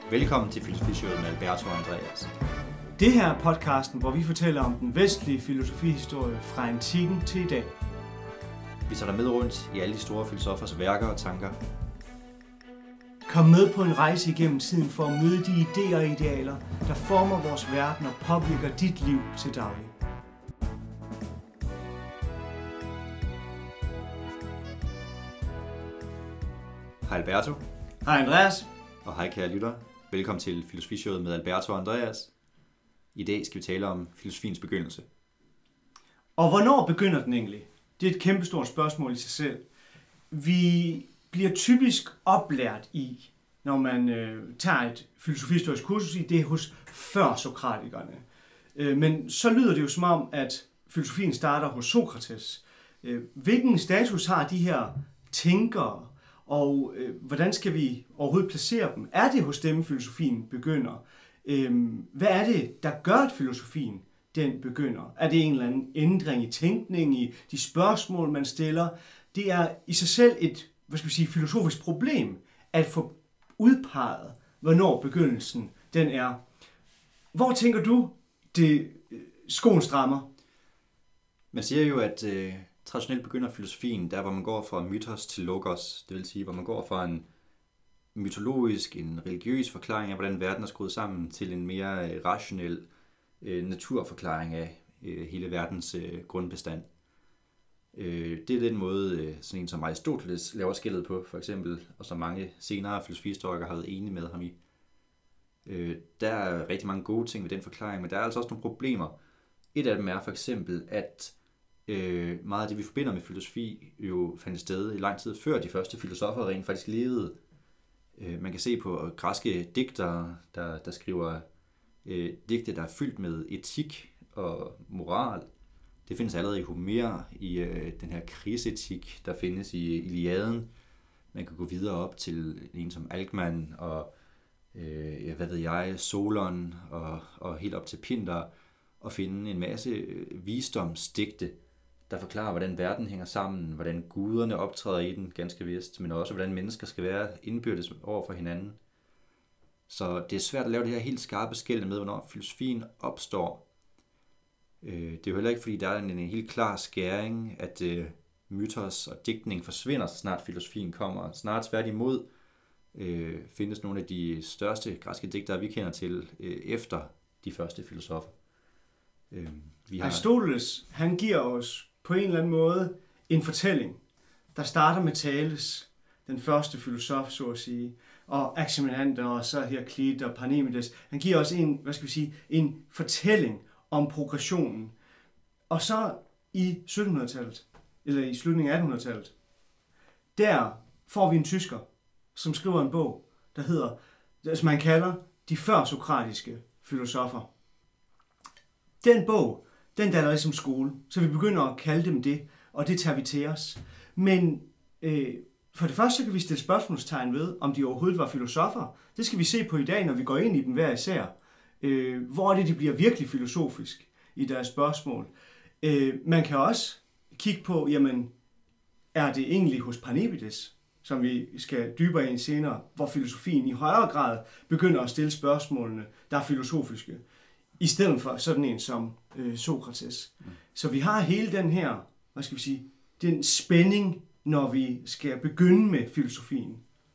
Velkommen til Filosofishowet med Alberto og Andreas. Det her er podcasten, hvor vi fortæller om den vestlige filosofihistorie fra antikken til i dag. Vi tager dig med rundt i alle de store filosofers værker og tanker. Kom med på en rejse igennem tiden for at møde de idéer og idealer, der former vores verden og påvirker dit liv til daglig. Hej Alberto. Hej Andreas. Og hej kære lytter. Velkommen til Filosofishowet med Alberto og Andreas. I dag skal vi tale om filosofiens begyndelse. Og hvornår begynder den egentlig? Det er et kæmpestort spørgsmål i sig selv. Vi bliver typisk oplært i, når man tager et filosofihistorisk kursus i, det hos førsokratikerne. Men så lyder det jo som om, at filosofien starter hos Sokrates. Hvilken status har de her tænkere, og hvordan skal vi overhovedet placere dem? Er det hos dem, filosofien begynder? Hvad er det, der gør, at filosofien den begynder? Er det en eller anden ændring i tænkning, i de spørgsmål, man stiller? Det er i sig selv et filosofisk problem at få udpeget, hvornår begyndelsen den er. Hvor tænker du, det skoen strammer? Man siger jo, at traditionelt begynder filosofien der, hvor man går fra mytos til logos. Det vil sige, hvor man går fra en mytologisk, en religiøs forklaring af, hvordan verden er skruet sammen, til en mere rationel naturforklaring af hele verdens grundbestand. Det er den måde, sådan en som Aristoteles laver skellet på, for eksempel, og som mange senere filosofihistorikere har været enige med ham i. Der er rigtig mange gode ting ved den forklaring, men der er altså også nogle problemer. Et af dem er for eksempel, at meget af det, vi forbinder med filosofi, jo fandt sted i lang tid før de første filosofer rent faktisk levede. Man kan se på græske digtere, der skriver digte, der er fyldt med etik og moral. Det findes allerede i Homer, i den her krigsetik, der findes i Iliaden. Man kan gå videre op til en som Alcman og Solon og helt op til Pindar og finde en masse visdomsdigte, der forklarer, hvordan verden hænger sammen, hvordan guderne optræder i den ganske vist, men også hvordan mennesker skal være indbyrdes over for hinanden. Så det er svært at lave det her helt skarpe skel med, hvornår filosofien opstår. Det er jo heller ikke, fordi der er en helt klar skæring, at mytos og digtning forsvinder, så snart filosofien kommer. Snart tværtimod findes nogle af de største græske digtere, vi kender til, efter de første filosofer. Aristoteles, han giver os på en eller anden måde en fortælling, der starter med Thales, den første filosof, så at sige, og Anaximander, og så Heraklit og Parmenides. Han giver os en fortælling om progressionen. Og så i 1700-tallet, eller i slutningen af 1800-tallet, der får vi en tysker, som skriver en bog, der hedder, som man kalder de førsokratiske filosofer. Den bog, den danner ligesom skole, så vi begynder at kalde dem det, og det tager vi til os. Men for det første så kan vi stille spørgsmålstegn ved, om de overhovedet var filosofer. Det skal vi se på i dag, når vi går ind i dem hver især. Hvor er det, de bliver virkelig filosofisk i deres spørgsmål. Man kan også kigge på, jamen, er det egentlig hos Parmenides, som vi skal dybere ind senere, hvor filosofien i højere grad begynder at stille spørgsmålene, der er filosofiske, i stedet for sådan en som Sokrates. Så vi har hele den her, den spænding, når vi skal begynde med filosofien.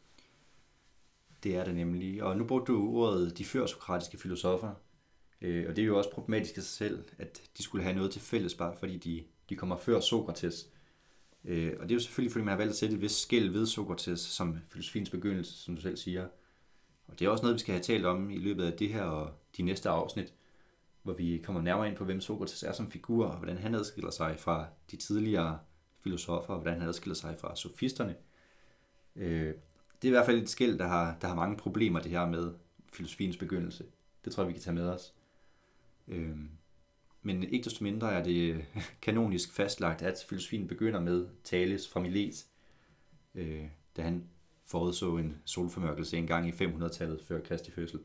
Det er det nemlig. Og nu brugte du ordet de førsokratiske filosofer. Og det er jo også problematisk i sig selv, at de skulle have noget til fælles, bare fordi de kommer før Sokrates. Og det er jo selvfølgelig, fordi man har valgt at sætte et vist skel ved Sokrates som filosofiens begyndelse, som du selv siger. Og det er også noget, vi skal have talt om i løbet af det her og de næste afsnit, hvor vi kommer nærmere ind på, hvem Sokrates er som figur, og hvordan han adskiller sig fra de tidligere filosofer, og hvordan han adskiller sig fra sofisterne. Det er i hvert fald et skel, der har mange problemer, det her med filosofiens begyndelse. Det tror jeg, vi kan tage med os. Men ikke desto mindre er det kanonisk fastlagt, at filosofien begynder med Thales fra Milet, da han forudså en solformørkelse en gang i 500-tallet før Kristi fødsel.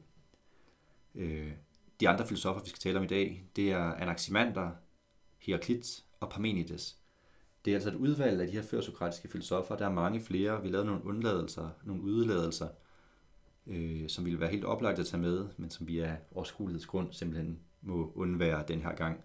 De andre filosofer, vi skal tale om i dag, det er Anaximander, Heraklit og Parmenides. Det er altså et udvalg af de her førsokratiske filosofer. Der er mange flere. Vi lavede nogle undladelser, nogle udeladelser. som ville være helt oplagt at tage med, men som vi af overskuelighedsgrund simpelthen må undvære den her gang.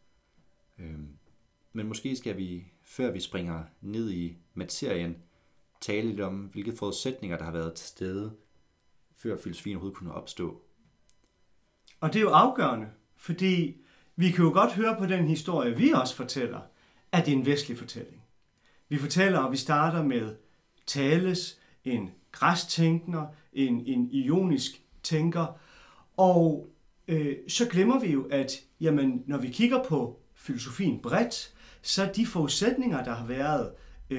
Men måske skal vi, før vi springer ned i materien, tale lidt om, hvilke forudsætninger der har været til stede, før filosofien overhovedet kunne opstå. Og det er jo afgørende, fordi vi kan jo godt høre på den historie, vi også fortæller, at det er en vestlig fortælling. Vi fortæller, og vi starter med Thales, en græstænkner, en ionisk tænker, og så glemmer vi jo, at jamen, når vi kigger på filosofien bredt, så de forudsætninger, der har været,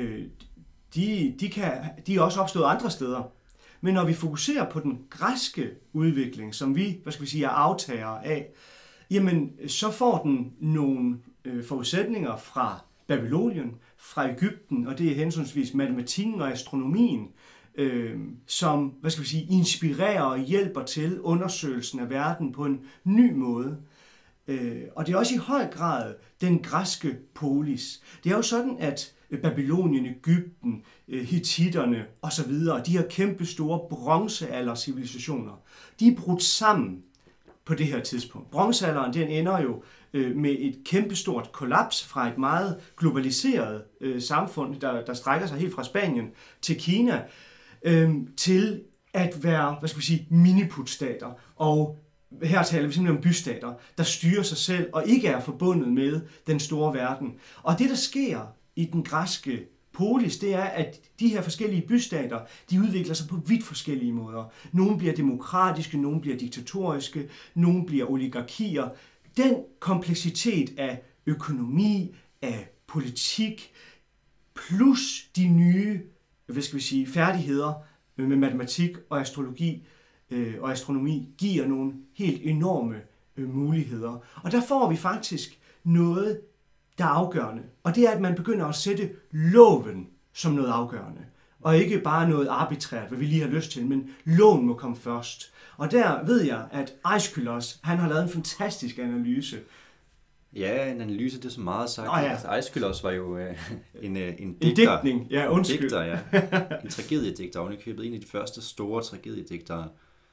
de er også opstået andre steder. Men når vi fokuserer på den græske udvikling, som vi, er aftagere af, jamen, så får den nogle forudsætninger fra Babylonien, fra Egypten, og det er hensynsvis matematikken og astronomien, som, inspirerer og hjælper til undersøgelsen af verden på en ny måde. Og det er også i høj grad den græske polis. Det er jo sådan, at Babylonien, Egypten, hittitterne osv., de her kæmpe store bronzealder-civilisationer, de er brudt sammen på det her tidspunkt. Bronzealderen, den ender jo med et kæmpestort kollaps fra et meget globaliseret samfund, der strækker sig helt fra Spanien til Kina, til at være, miniputstater. Og her taler vi simpelthen om bystater, der styrer sig selv og ikke er forbundet med den store verden. Og det, der sker i den græske polis, det er, at de her forskellige bystater, de udvikler sig på vidt forskellige måder. Nogle bliver demokratiske, nogle bliver diktatoriske, nogle bliver oligarkier. Den kompleksitet af økonomi, af politik, plus de nye, færdigheder med matematik og astrologi og astronomi, giver nogle helt enorme muligheder. Og der får vi faktisk noget, der er afgørende. Og det er, at man begynder at sætte loven som noget afgørende. Og ikke bare noget arbitrært, hvad vi lige har lyst til, men loven må komme først. Og der ved jeg, at Aeschylus, han har lavet en fantastisk analyse. Ja, en analyse, det er så meget sagt. Ja. Altså, Aeschylus var jo en digter. En digtning, ja, undskyld. En digter, ja. En tragediedigter, og købet en af de første store tragediedigtere,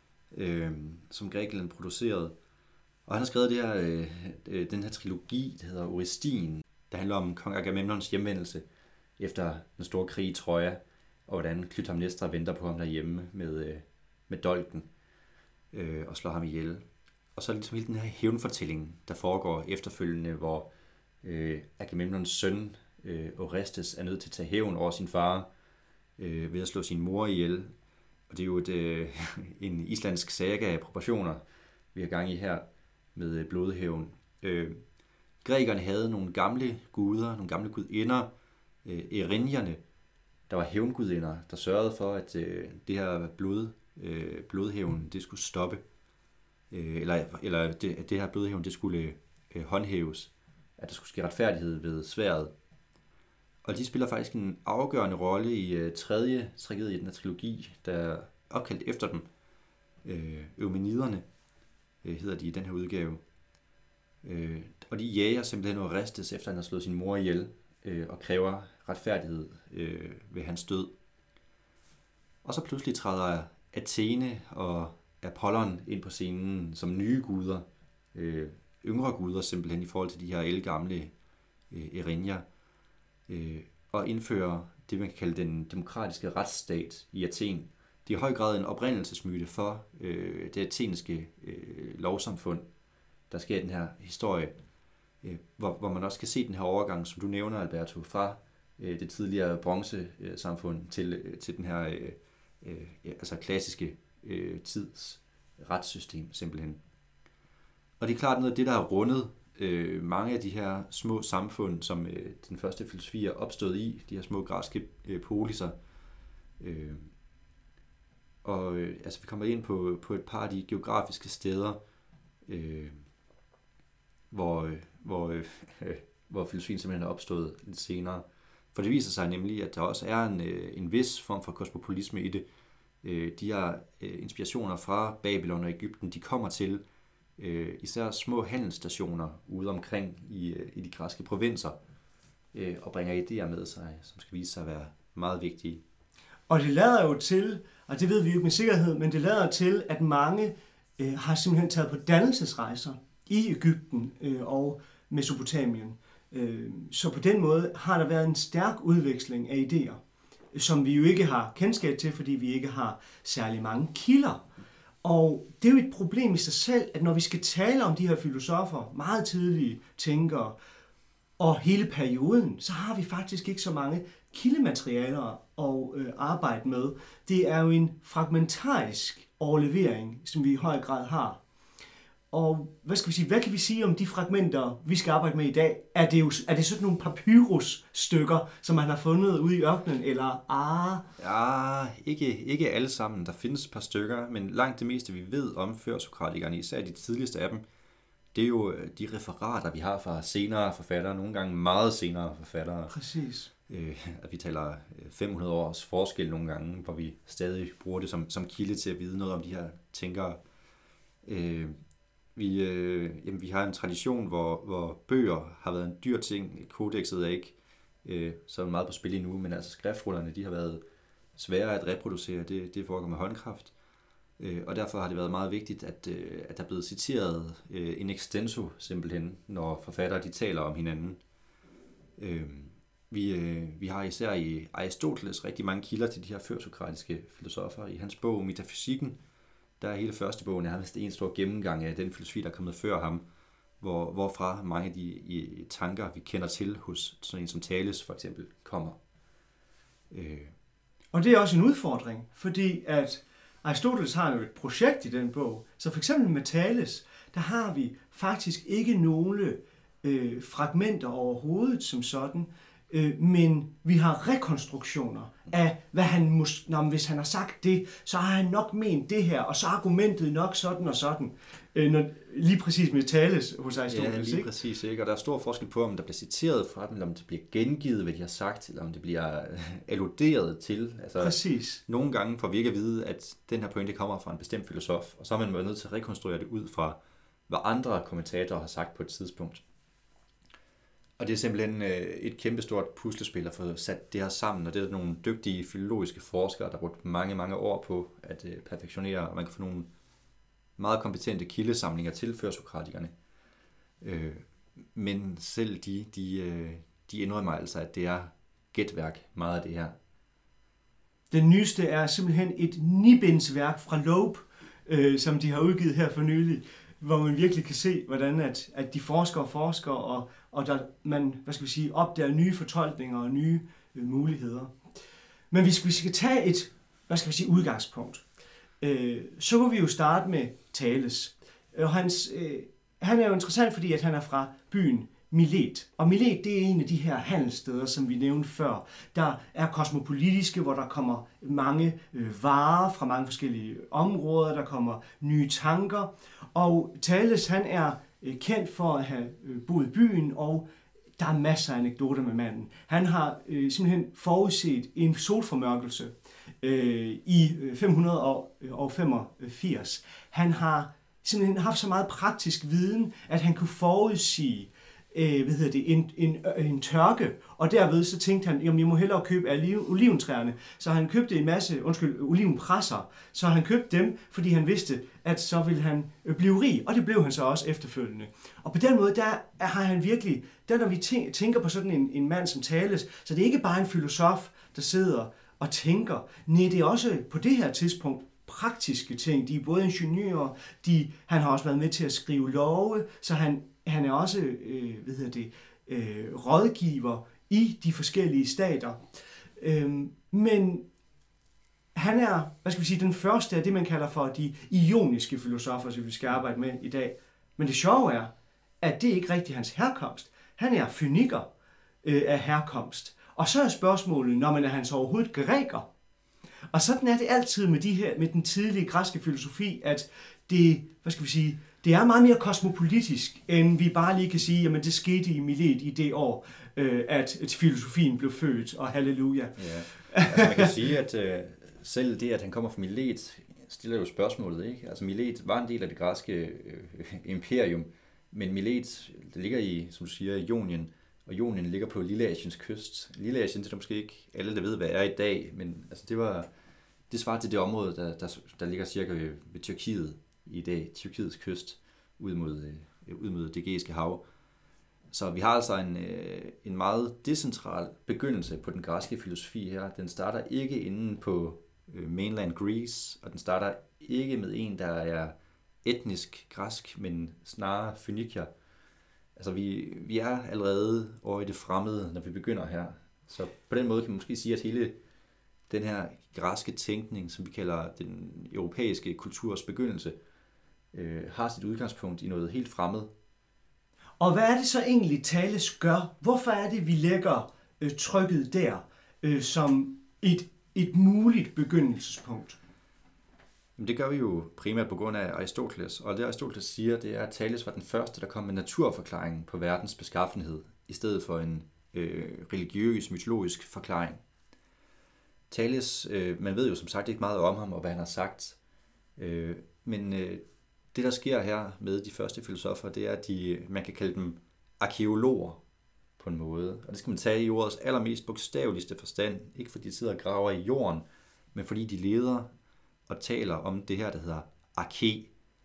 som Grækenland producerede. Og han har skrevet det her, den her trilogi, der hedder Orestien, der handler om kong Agamemnons hjemvendelse efter den store krig i Troja, og hvordan Klytaimnestra venter på ham derhjemme med dolken og slår ham ihjel. Og så er det ligesom hele den her hævnfortælling, der foregår efterfølgende, hvor Agamemnons søn Orestes er nødt til at tage hævn over sin far ved at slå sin mor ihjel. Og det er jo en islandsk saga af proportioner, vi har gang i her med blodhævn. Grækerne havde nogle gamle guder, nogle gamle gudinder, erinjerne, der var hævngudinder, der sørgede for, at det her blodhævn, det skulle stoppe. Eller det her blodhævn, det skulle håndhæves. At der skulle ske retfærdighed ved sværdet. Og de spiller faktisk en afgørende rolle i tredje tragedie i den her trilogi, der er opkaldt efter dem. Eumeniderne hedder de i den her udgave. Og de jager simpelthen Orestes, efter han har slået sin mor ihjel, og kræver retfærdighed ved hans død. Og så pludselig træder Athene og Apollon ind på scenen som nye guder, yngre guder simpelthen i forhold til de her ældgamle erinjer, og indfører det, man kan kalde den demokratiske retsstat i Athen. Det er i høj grad en oprindelsesmyte for det athenske lovsamfund, der sker i den her historie, hvor man også kan se den her overgang, som du nævner, Alberto, fra det tidligere bronzesamfund til den her altså klassiske tids retssystem simpelthen. Og det er klart noget af det, der har rundet mange af de her små samfund, som den første filosofi er opstået i, de her små græske poliser. Vi kommer ind på et par af de geografiske steder, hvor filosofien simpelthen er opstået lidt senere. For det viser sig nemlig, at der også er en vis form for kosmopolisme i det. De her inspirationer fra Babylon og Egypten, de kommer til især små handelsstationer ude omkring i de græske provinser, og bringer idéer med sig, som skal vise sig at være meget vigtige. Og det lader jo til, og det ved vi jo ikke med sikkerhed, men det lader til, at mange har simpelthen taget på dannelsesrejser i Egypten og Mesopotamien. Så på den måde har der været en stærk udveksling af idéer, som vi jo ikke har kendskab til, fordi vi ikke har særlig mange kilder. Og det er jo et problem i sig selv, at når vi skal tale om de her filosofer, meget tidlige tænkere, og hele perioden, så har vi faktisk ikke så mange kildematerialer at arbejde med. Det er jo en fragmentarisk overlevering, som vi i høj grad har. Og hvad kan vi sige om de fragmenter, vi skal arbejde med i dag? Er det sådan nogle papyrusstykker, som man har fundet ude i ørkenen, eller Ja, ikke alle sammen. Der findes et par stykker, men langt det meste, vi ved om førsokratikerne, især de tidligste af dem, det er jo de referater, vi har fra senere forfattere, nogle gange meget senere forfattere. Præcis. At vi taler 500 års forskel nogle gange, hvor vi stadig bruger det som kilde til at vide noget om de her tænkere. Vi har en tradition, hvor bøger har været en dyr ting. Kodexet er ikke så meget på spil endnu, men altså skriftrullerne, de har været svære at reproducere. Det foregår med håndkraft. Og derfor har det været meget vigtigt, at der er blevet citeret in extenso simpelthen, når forfattere de taler om hinanden. Vi har især i Aristoteles rigtig mange kilder til de her førsokratiske filosofer. I hans bog Metafysikken, der er hele første bogen nærmest en stor gennemgang af den filosofi, der er kommet før ham, hvorfra mange af de tanker, vi kender til hos sådan en som Thales for eksempel, kommer. Og det er også en udfordring, fordi at Aristoteles har jo et projekt i den bog. Så for eksempel med Thales, der har vi faktisk ikke nogle fragmenter overhovedet som sådan, men vi har rekonstruktioner af, hvad han hvis han har sagt det, så har han nok ment det her, og så er argumentet nok sådan og sådan. Lige præcis med Thales hos Aristoteles. Ja, lige præcis. Ikke? Og der er stor forskel på, om der bliver citeret fra dem, eller om det bliver gengivet, hvad de har sagt, eller om det bliver alluderet til. Altså, præcis. Nogle gange får vi ikke at vide, at den her pointe kommer fra en bestemt filosof, og så er man været nødt til at rekonstruere det ud fra, hvad andre kommentatorer har sagt på et tidspunkt. Og det er simpelthen et kæmpestort puslespil at få sat det her sammen, og det er nogle dygtige filologiske forskere, der har brugt mange, mange år på at perfektionere, og man kan få nogle meget kompetente kildesamlinger til førsokratikerne. Men selv de indrømmer altså, at det er gætværk, meget af det her. Den nyeste er simpelthen et 9-bindsværk fra Loeb, som de har udgivet her for nylig, hvor man virkelig kan se, hvordan at de forsker, og der man, opdager nye fortolkninger og nye muligheder. Men hvis vi skal tage et, udgangspunkt, så kunne vi jo starte med Thales. Og han er jo interessant, fordi at han er fra byen Milet. Og Milet, det er en af de her handelssteder, som vi nævnte før. Der er kosmopolitiske, hvor der kommer mange varer fra mange forskellige områder, der kommer nye tanker. Og Thales, han er kendt for at have boet i byen, og der er masser af anekdoter med manden. Han har simpelthen forudset en solformørkelse i 585. Han har simpelthen haft så meget praktisk viden, at han kunne forudsige en tørke, og derved så tænkte han, jamen jeg må hellere købe af oliventræerne. Så han købte en masse, olivenpresser, så han købte dem, fordi han vidste, at så ville han blive rig, og det blev han så også efterfølgende. Og på den måde, der har han virkelig, når vi tænker på sådan en mand som Thales, så det er ikke bare en filosof, der sidder og tænker. Nej, det er også på det her tidspunkt praktiske ting. De er både ingeniører, han har også været med til at skrive love, så han er også rådgiver i de forskellige stater. Men han er, den første af det, man kalder for de ioniske filosofer, som vi skal arbejde med i dag. Men det sjove er, at det ikke rigtig hans herkomst. Han er føniker af herkomst. Og så er spørgsmålet, når man er hans overhovedet græker. Og sådan er det altid med den tidlige græske filosofi, at det, det er meget mere kosmopolitisk, end vi bare lige kan sige, jamen det skete i Milet i det år, at filosofien blev født, og halleluja. Ja, altså man kan sige, at selv det, at han kommer fra Milet, stiller jo spørgsmålet, ikke? Altså Milet var en del af det græske imperium, men Milet, det ligger i, som du siger, i Ionien, Og Ionien ligger på Lilleasiens kyst. Lilleasien, det er der måske ikke alle, der ved, hvad er i dag, men altså det svarer til det område, der ligger cirka ved Tyrkiet i dag, Tyrkiets kyst, ud mod det Ægæiske hav. Så vi har altså en meget decentral begyndelse på den græske filosofi her. Den starter ikke inde på mainland Greece, og den starter ikke med en, der er etnisk græsk, men snarere fønikier. Altså vi er allerede over i det fremmede, når vi begynder her. Så på den måde kan man måske sige, at hele den her græske tænkning, som vi kalder den europæiske kulturs begyndelse, har sit udgangspunkt i noget helt fremmed. Og hvad er det så egentlig Thales gør? Hvorfor er det, vi lægger trykket der som et muligt begyndelsespunkt? Det gør vi jo primært på grund af Aristoteles, og det Aristoteles siger, det er, at Thales var den første, der kom med naturforklaringen på verdens beskaffenhed, i stedet for en religiøs, mytologisk forklaring. Thales, man ved jo som sagt ikke meget om ham og hvad han har sagt, men det der sker her med de første filosofer, det er, at man kan kalde dem arkæologer på en måde, og det skal man tage i ordets allermest bogstaveligste forstand, ikke fordi de sidder og graver i jorden, men fordi de leder og taler om det her, der hedder arké.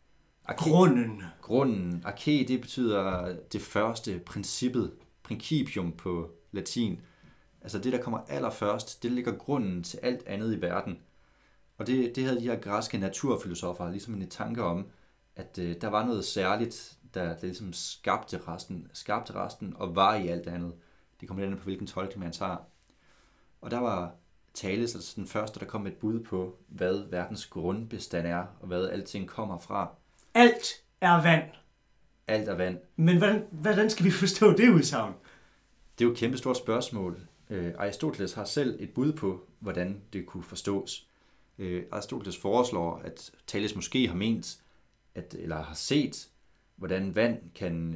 Grunden. Arché, det betyder det første, principium på latin. Altså det, der kommer allerførst, det ligger grunden til alt andet i verden. Og det havde de her græske naturfilosofer ligesom en tanke om, at der var noget særligt, der ligesom skabte resten og var i alt andet. Det kommer an på, hvilken tolkning man tager. Og der var Thales altså den første, der kom med et bud på, hvad verdens grundbestand er, og hvad alting kommer fra. Alt er vand. Alt er vand. Men hvordan skal vi forstå det udsagn? Det er jo et kæmpe stort spørgsmål. Aristoteles har selv et bud på, hvordan det kunne forstås. Aristoteles foreslår, at Thales måske har ment, eller har set, hvordan vand kan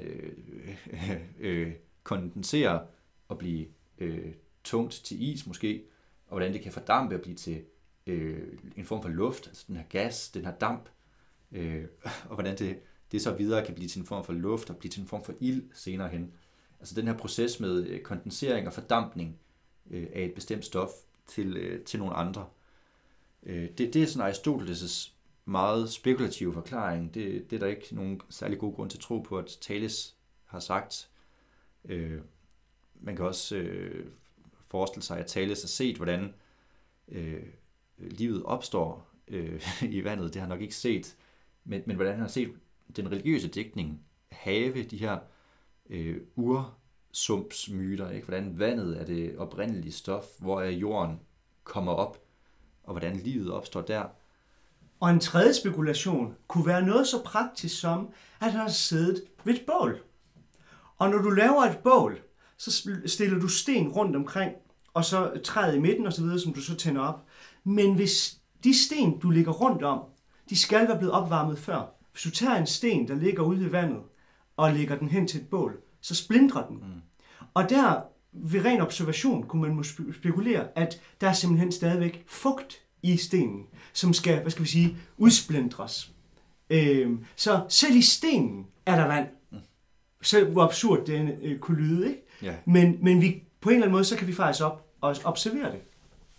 kondensere og blive tungt til is måske, og hvordan det kan fordampe og blive til en form for luft, altså den her gas, den her damp, og hvordan det så videre kan blive til en form for luft og blive til en form for ild senere hen. Altså den her proces med kondensering og fordampning af et bestemt stof til nogle andre. Det er sådan Aristoteles' meget spekulative forklaring. Det er der ikke nogen særlig god grund til at tro på, at Thales har sagt. Man kan også forestille sig, at Thales har set, hvordan livet opstår i vandet. Det har han nok ikke set. Men hvordan han har set den religiøse digtning have de her ursumpsmyter, ikke? Hvordan vandet er det oprindelige stof, hvor jorden kommer op, og hvordan livet opstår der. Og en tredje spekulation kunne være noget så praktisk som, at han har siddet ved et bål. Og når du laver et bål, så stiller du sten rundt omkring, og så træet i midten osv., som du så tænder op. Men hvis de sten, du lægger rundt om, de skal være blevet opvarmet før. Hvis du tager en sten, der ligger ude i vandet, og lægger den hen til et bål, så splintrer den. Mm. Og der, ved ren observation, kunne man spekulere, at der er simpelthen stadigvæk fugt i stenen, som skal, udsplintres. Så selv i stenen er der vand. Selv hvor absurd det kunne lyde, ikke? Ja. Men vi, på en eller anden måde, så kan vi faktisk observere det.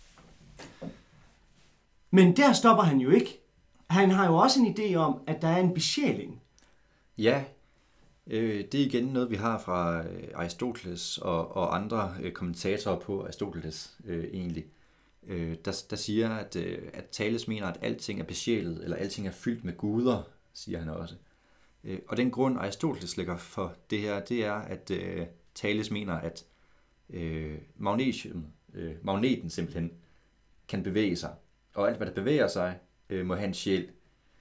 Men der stopper han jo ikke. Han har jo også en idé om, at der er en besjæling. Ja, det er igen noget, vi har fra Aristoteles og andre kommentatorer på Aristoteles egentlig. Der siger, at Thales mener, at alting er besjælet, eller alting er fyldt med guder, siger han også. Og den grund, Aristoteles lægger for det her, det er, at Thales mener, at magneten simpelthen kan bevæge sig. Og alt, hvad der bevæger sig, må have en sjæl.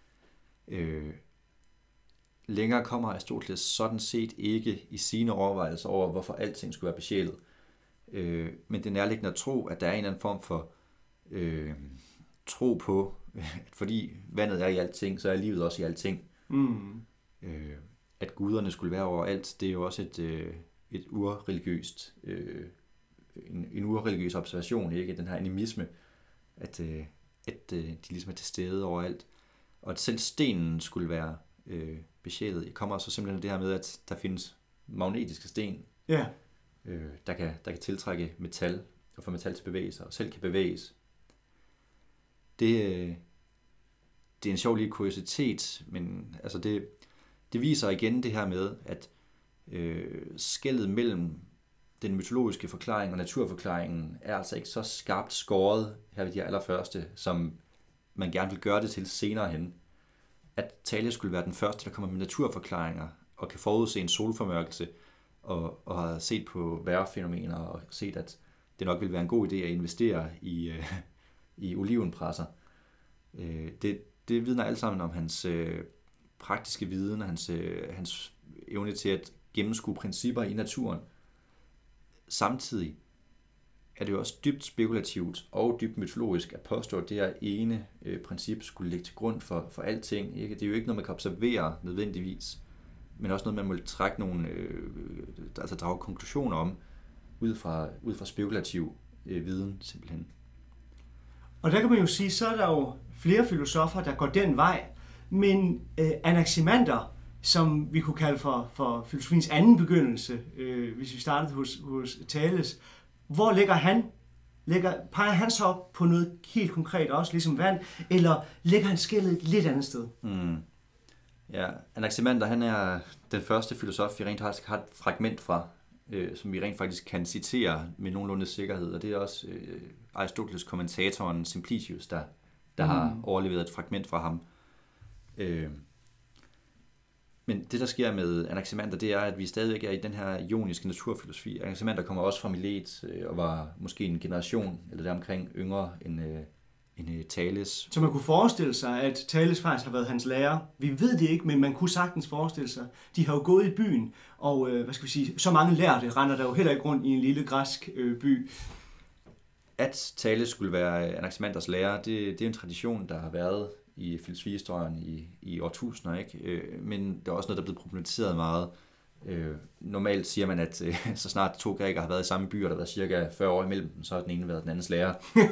Længere kommer Aristoteles sådan set ikke i sine overvejelser over, hvorfor alting skulle være besjælet. Men det er nærliggende at tro, at der er en eller anden form for tro på, at fordi vandet er i alting, så er livet også i alting. Mm. At guderne skulle være overalt, det er jo også et urreligiøst, en urreligiøs observation, ikke? Den her animisme, at de ligesom er til stede overalt. Og at selv stenen skulle være besjælet. Det kommer så simpelthen det her med, at der findes magnetiske sten. Ja. der kan tiltrække metal og få metal til at bevæge sig og selv kan bevæges. Det er en sjov lille kuriositet, men altså det viser igen det her med, at skellet mellem den mytologiske forklaring og naturforklaringen er altså ikke så skarpt skåret her ved de allerførste, som man gerne vil gøre det til senere hen. At Thales skulle være den første, der kommer med naturforklaringer og kan forudse en solformørkelse og har set på vejrfænomener og set, at det nok vil være en god idé at investere i olivenpresser. Det vidner alt sammen om hans praktiske viden og hans evne til at gennemskue principper i naturen. Samtidig er det jo også dybt spekulativt og dybt mytologisk at påstå, at det her ene princip skulle ligge til grund for alting. Ikke? Det er jo ikke noget, man kan observere nødvendigvis, men også noget, man må trække nogle, altså drage konklusioner om, ud fra spekulativ viden simpelthen. Og der kan man jo sige, så er der jo flere filosofer, der går den vej, men Anaximander, som vi kunne kalde for filosofiens anden begyndelse, hvis vi startede hos Thales, hvor ligger han? Peger han så op på noget helt konkret, også ligesom vand, eller ligger han skellet et lidt andet sted? Ja, Anaximander, han er den første filosof, vi rent faktisk har et fragment fra, som vi rent faktisk kan citere med nogenlunde sikkerhed, og det er også Aristoteles kommentatoren Simplicius, der har overleveret et fragment fra ham. Men det, der sker med Anaximander, det er, at vi stadigvæk er i den her ioniske naturfilosofi. Anaximander kommer også fra Milet og var måske en generation eller deromkring yngre end Thales. Så man kunne forestille sig, at Thales faktisk har været hans lærer. Vi ved det ikke, men man kunne sagtens forestille sig. De har jo gået i byen, og så mange lærte render der jo heller ikke rundt i en lille græsk by. At Thales skulle være Anaximanders lærer, det er en tradition, der har været i filosofihistorien i årtusinder, ikke? Men der er også noget, der er blevet problematiseret meget. Normalt siger man, at så snart to grækere har været i samme by, og der har været cirka 40 år imellem dem, så har den ene været den andens lærer.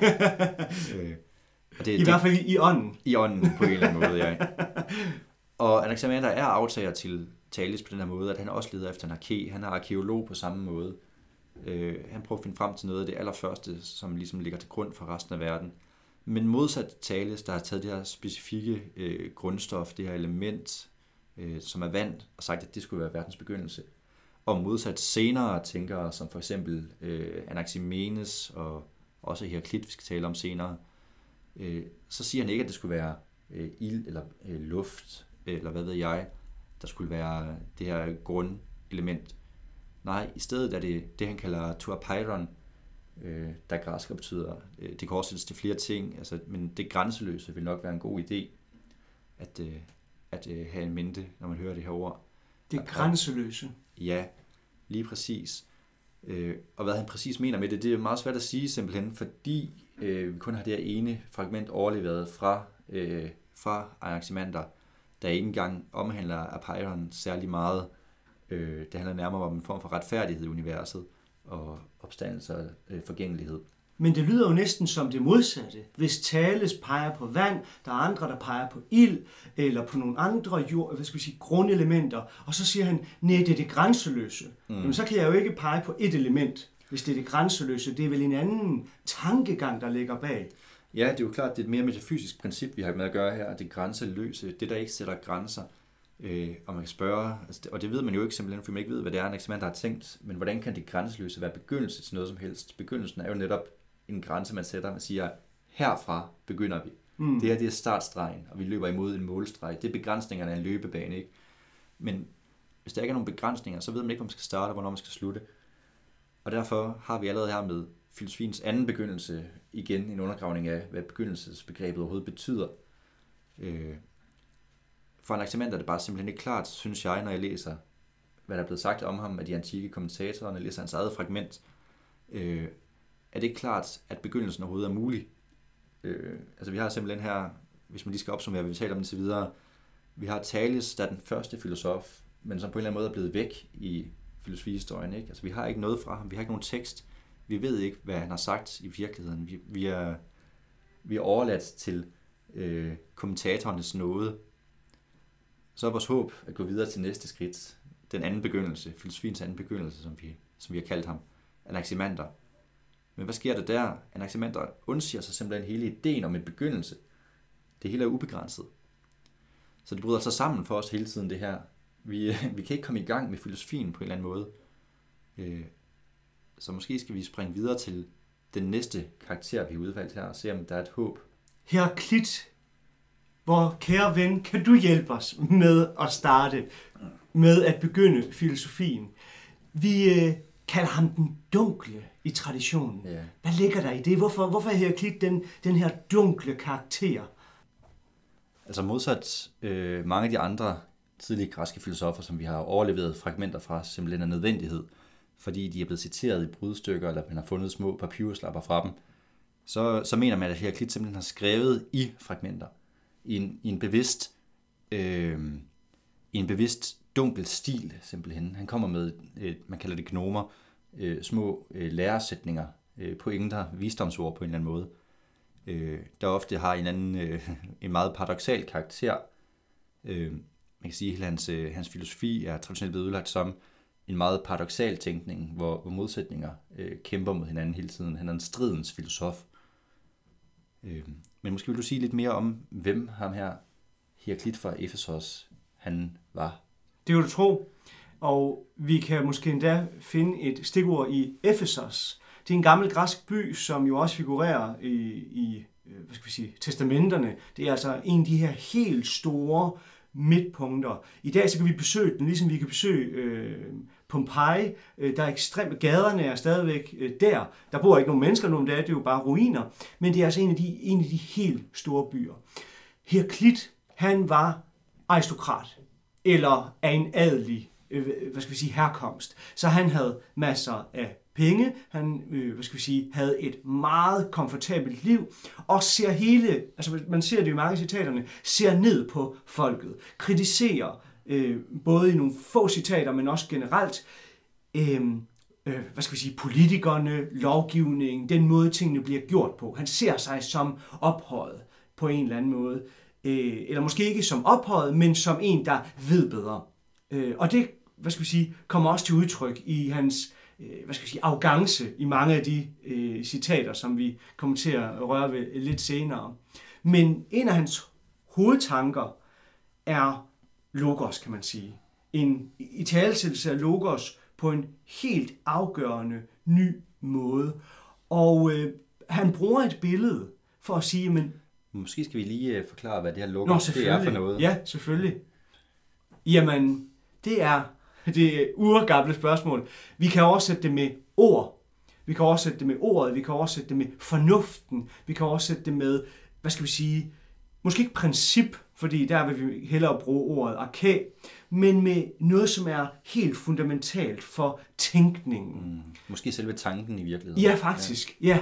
I hvert fald i ånden. I ånden på en eller anden måde, ja. Og Anaximander er aftager til Thales på den her måde, at han også leder efter en arke. Han er arkeolog på samme måde. Han prøver at finde frem til noget af det allerførste, som ligesom ligger til grund for resten af verden. Men modsat Thales, der har taget det her specifikke grundstof, det her element, som er vand, og sagt, at det skulle være verdens begyndelse. Og modsat senere tænkere, som for eksempel Anaximenes og også Heraklit, vi skal tale om senere, så siger han ikke, at det skulle være ild eller luft, eller hvad ved jeg, der skulle være det her grundelement. Nej, i stedet er det han kalder tuapeiron, der græsk betyder, det kan oversættes til flere ting, altså, men det grænseløse vil nok være en god idé at have en mente, når man hører det her ord. Det grænseløse? Ja, lige præcis. Og hvad han præcis mener med det, det er meget svært at sige simpelthen, fordi vi kun har det her ene fragment overleveret fra Anaximander, der ikke engang omhandler apeiron særlig meget. Det handler nærmere om en form for retfærdighed i universet og opstandelse og forgængelighed. Men det lyder jo næsten som det modsatte. Hvis Thales peger på vand, der er andre, der peger på ild, eller på nogle andre grundelementer, og så siger han, nej, det er det grænseløse. Jamen, så kan jeg jo ikke pege på et element, hvis det er det grænseløse. Det er vel en anden tankegang, der ligger bag. Ja, det er jo klart, det er et mere metafysisk princip, vi har med at gøre her, det grænseløse, det der ikke sætter grænser. Og man kan spørge, og det ved man jo ikke simpelthen, fordi man ikke ved, hvad det er, Anaximander har tænkt, men hvordan kan det grænseløse være begyndelse til noget som helst? Begyndelsen er jo netop en grænse, man sætter, man siger, herfra begynder vi. Det her, det er startstregen, og vi løber imod en målstreg. Det er begrænsningerne af en løbebane, ikke? Men hvis der ikke er nogen begrænsninger, så ved man ikke, hvor man skal starte og hvornår man skal slutte. Og derfor har vi allerede her med filosofiens anden begyndelse igen en undergravning af, hvad begyndelsesbegrebet overhovedet betyder. For Anaximander er det bare simpelthen ikke klart, synes jeg, når jeg læser, hvad der er blevet sagt om ham af de antikke kommentatorer, når jeg læser hans eget fragment. Er det ikke klart, at begyndelsen overhovedet er mulig? Altså vi har simpelthen her, hvis man lige skal opsummere, hvad vi taler om det til videre, vi har Thales, der er den første filosof, men som på en eller anden måde er blevet væk i filosofihistorien, ikke? Altså vi har ikke noget fra ham, vi har ikke nogen tekst, vi ved ikke, hvad han har sagt i virkeligheden. Vi er overladt til kommentatorernes nåde. Så er vores håb at gå videre til næste skridt, den anden begyndelse, filosofiens anden begyndelse, som som vi har kaldt ham, Anaximander. Men hvad sker der der? Anaximander undsiger sig simpelthen hele ideen om en begyndelse. Det hele er ubegrænset. Så det bryder sig sammen for os hele tiden, det her. Vi kan ikke komme i gang med filosofien på en eller anden måde. Så måske skal vi springe videre til den næste karakter, vi har udvalgt her, og se om der er et håb. Heraklit, hvor kære ven, kan du hjælpe os med at starte, med at begynde filosofien? Vi kalder ham den dunkle i traditionen. Ja. Hvad ligger der i det? Hvorfor er Heraklit den her dunkle karakter? Altså modsat mange af de andre tidlige græske filosofer, som vi har overleveret fragmenter fra, simpelthen af nødvendighed, fordi de er blevet citeret i brudstykker, eller man har fundet små papyruslapper fra dem, så mener man, at Heraklit simpelthen har skrevet i fragmenter, i en bevidst dunkel stil, simpelthen. Han kommer med, man kalder det gnomer, små læresætninger, pointer, visdomsord på en eller anden måde, der ofte har en meget paradoksal karakter. Man kan sige, at hans filosofi er traditionelt blevet udlagt som en meget paradoksal tænkning, hvor modsætninger kæmper mod hinanden hele tiden. Han er en stridens filosof. Men måske vil du sige lidt mere om, hvem ham her, Heraklit fra Efesos, han var. Det vil du tro. Og vi kan måske endda finde et stikord i Efesos. Det er en gammel græsk by, som jo også figurerer i testamenterne. Det er altså en af de her helt store midtpunkter. I dag så kan vi besøge den, ligesom vi kan besøge Pompeji. Der er ekstremt, gaderne er stadigvæk der. Der bor ikke nogen mennesker nu, det er jo bare ruiner. Men det er altså en af de helt store byer. Heraklit, han var aristokrat, eller af en adelig herkomst. Så han havde masser af penge, han havde et meget komfortabelt liv, og man ser det jo i mange citaterne, ser ned på folket, kritiserer, både i nogle få citater, men også generelt, politikerne, lovgivningen, den måde tingene bliver gjort på. Han ser sig som ophøjet på en eller anden måde, eller måske ikke som ophøjet, men som en, der ved bedre. Og det, kommer også til udtryk i hans arrogance i mange af de citater, som vi kommer til at røre ved lidt senere. Men en af hans hovedtanker er logos, kan man sige. En italesættelse af logos på en helt afgørende ny måde. Og han bruger et billede for at sige, men måske skal vi lige forklare, hvad det her logos det er for noget. Ja, selvfølgelig. Jamen, det er det urgamle spørgsmål. Vi kan oversætte det med ord. Vi kan oversætte det med ordet. Vi kan oversætte det med fornuften. Vi kan oversætte det med, måske ikke princip, fordi der vil vi hellere bruge ordet arka, men med noget, som er helt fundamentalt for tænkningen. Måske selve tanken i virkeligheden. Ja, faktisk. Ja.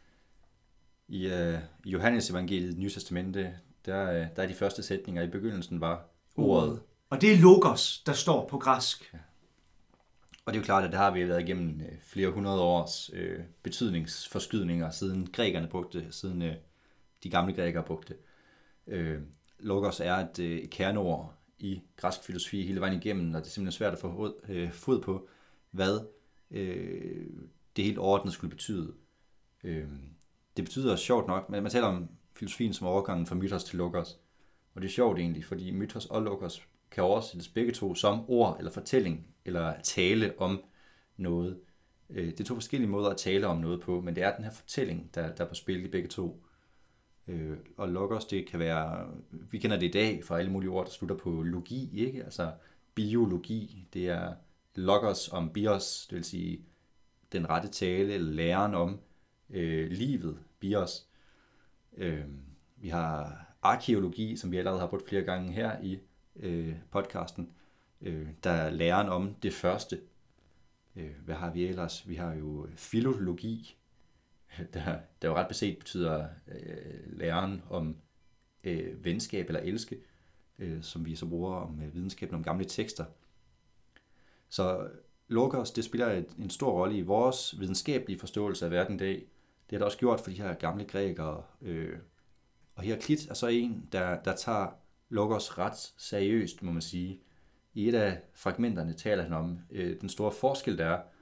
I Johannes evangeliet, Nye Testamente, der er de første sætninger i begyndelsen var ordet. Og det er logos, der står på græsk. Ja. Og det er jo klart, at det har vi været igennem flere hundrede års betydningsforskydninger, siden grækerne brugte det, siden de gamle grækere brugte det. Logos er et kerneord i græsk filosofi hele vejen igennem, og det er simpelthen svært at få fod på, hvad det helt ordentligt skulle betyde. Det betyder sjovt nok, men man taler om filosofien som overgangen fra mytos til logos. Og det er sjovt egentlig, fordi mytos og logos kan oversættes begge to som ord eller fortælling, eller tale om noget. Det er to forskellige måder at tale om noget på, men det er den her fortælling, der er på spil i begge to. Og logos, det kan være, vi kender det i dag fra alle mulige ord, der slutter på logi, ikke? Altså biologi, det er logos om bios, det vil sige den rette tale, eller læren om livet, bios. Vi har arkæologi, som vi allerede har brugt flere gange her i podcasten, der er læren om det første. Hvad har vi ellers? Vi har jo filologi, der jo ret beset betyder læren om venskab eller elske, som vi så bruger om videnskaben om gamle tekster. Så logos, det spiller en stor rolle i vores videnskabelige forståelse af verden i dag. Det har det også gjort for de her gamle grækere. Og Heraklit er så en, der tager logos ret seriøst, må man sige. I et af fragmenterne taler han om den store forskel, der er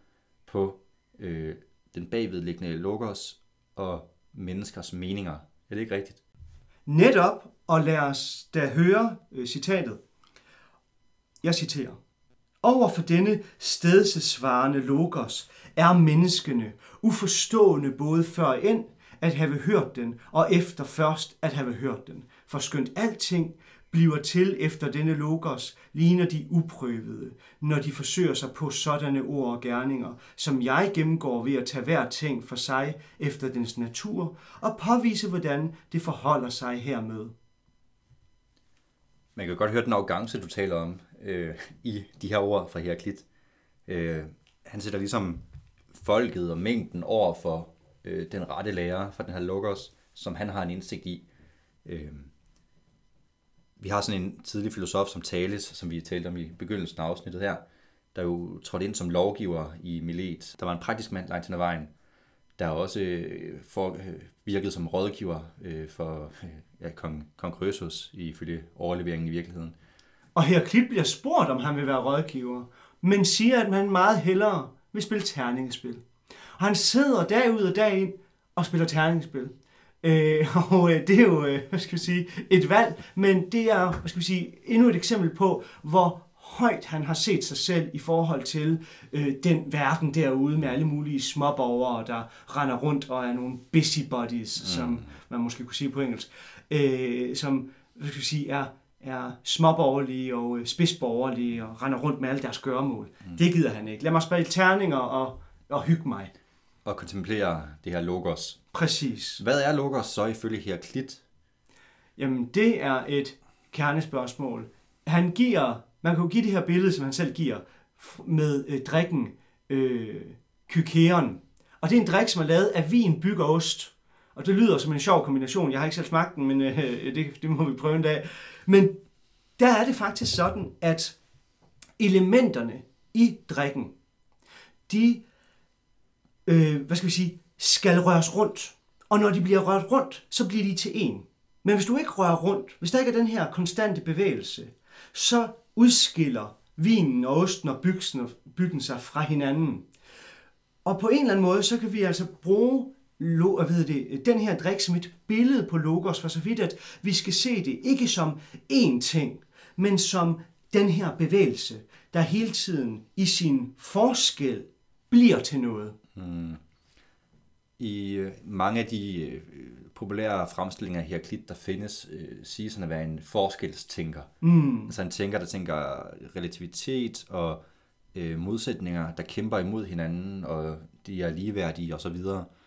på den bagvedliggende logos og menneskers meninger. Er det ikke rigtigt? Netop, og lad os da høre citatet. Jeg citerer. Over for denne stedsesvarende logos er menneskene uforstående både før end at have hørt den, og efter først at have hørt den. For skønt alting bliver til efter denne logos, ligner de uprøvede, når de forsøger sig på sådanne ord og gerninger, som jeg gennemgår ved at tage hver ting for sig efter dens natur, og påvise, hvordan det forholder sig hermed. Man kan godt høre den arrogance, du taler om i de her ord fra Heraklit. Han sætter ligesom folket og mængden over for den rette lærer fra den her logos, som han har en indsigt i. Vi har sådan en tidlig filosof som Thales, som vi talte om i begyndelsen af afsnittet her, der jo trådte ind som lovgiver i Milet. Der var en praktisk mand langt hen ad vejen, der også virkede som rådgiver for kong Krøsus ifølge overleveringen i virkeligheden. Og Heraklit bliver spurgt, om han vil være rådgiver, men siger, at man meget hellere vil spille terningespil. Og han sidder dag ud og dag ind og spiller terningespil. Og det er jo, et valg, men det er, endnu et eksempel på, hvor højt han har set sig selv i forhold til den verden derude med alle mulige småborgere, der render rundt og er nogle busybodies, som man måske kunne sige på engelsk, som er småborgerlige og spidsborgerlige og render rundt med alle deres gøremål. Det gider han ikke. Lad mig spille terninger og hygge mig. Og kontemplere det her logos. Præcis. Hvad er logos så ifølge Heraklit? Jamen, det er et kernespørgsmål. Man kan jo give det her billede, som han selv giver, med drikken kykeon. Og det er en drik, som er lavet af vin, byg og ost. Og det lyder som en sjov kombination. Jeg har ikke selv smagt den, men det må vi prøve en dag. Men der er det faktisk sådan, at elementerne i drikken, de skal røres rundt. Og når de bliver rørt rundt, så bliver de til en. Men hvis du ikke rører rundt, hvis der ikke er den her konstante bevægelse, så udskiller vinen og osten og byggen sig fra hinanden. Og på en eller anden måde, så kan vi altså bruge den her drik som et billede på logos, for så vidt, at vi skal se det ikke som én ting, men som den her bevægelse, der hele tiden i sin forskel bliver til noget. I mange af de populære fremstillinger af Heraklit, der findes, siges han at være en forskelstænker. Altså en tænker, der tænker relativitet og modsætninger, der kæmper imod hinanden, og de er ligeværdige osv.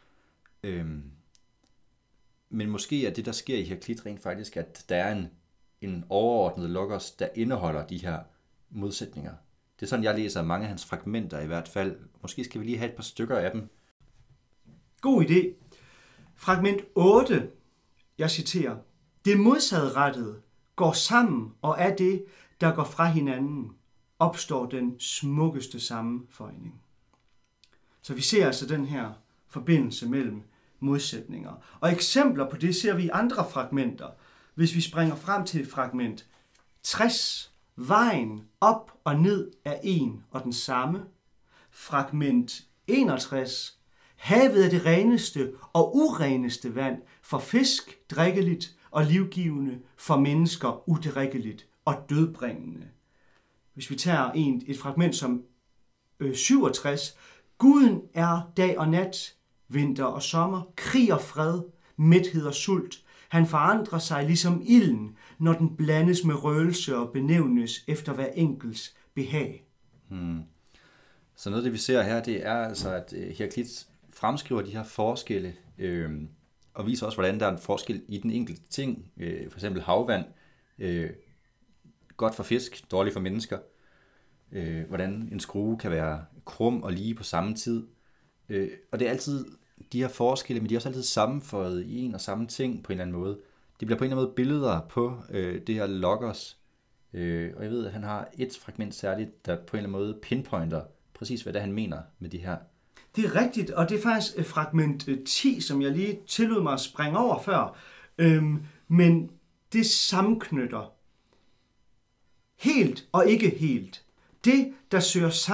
Men måske er det, der sker i Heraklit rent faktisk, at der er en overordnet logos, der indeholder de her modsætninger. Det er sådan, jeg læser mange af hans fragmenter i hvert fald. Måske skal vi lige have et par stykker af dem. God idé. Fragment 8, jeg citerer. Det modsatrettede går sammen, og af det, der går fra hinanden, opstår den smukkeste sammenføjning. Så vi ser altså den her forbindelse mellem modsætninger. Og eksempler på det ser vi i andre fragmenter. Hvis vi springer frem til fragment 60, vejen op og ned er en og den samme. Fragment 61, havet er det reneste og ureneste vand, for fisk drikkeligt og livgivende, for mennesker udrikkeligt og dødbringende. Hvis vi tager et fragment som 67, Guden er dag og nat, vinter og sommer, krig og fred, mæthed og sult. Han forandrer sig ligesom ilden, når den blandes med røgelse og benævnes efter hver enkels behag. Så noget af det, vi ser her, det er altså, at Heraklit fremskriver de her forskelle, og viser også, hvordan der er en forskel i den enkelte ting. For eksempel havvand, godt for fisk, dårligt for mennesker. Hvordan en skrue kan være krum og lige på samme tid. Og det er altid de her forskelle, men de er også altid sammenføjet i en og samme ting på en eller anden måde. Det bliver på en eller anden måde billeder på det her logos. Og jeg ved, at han har et fragment særligt, der på en eller anden måde pinpointer præcis, hvad det han mener med de her. Det er rigtigt, og det er faktisk fragment 10, som jeg lige tillod mig at springe over før. Men det sammenknytter helt og ikke helt. Det, der søger sammen,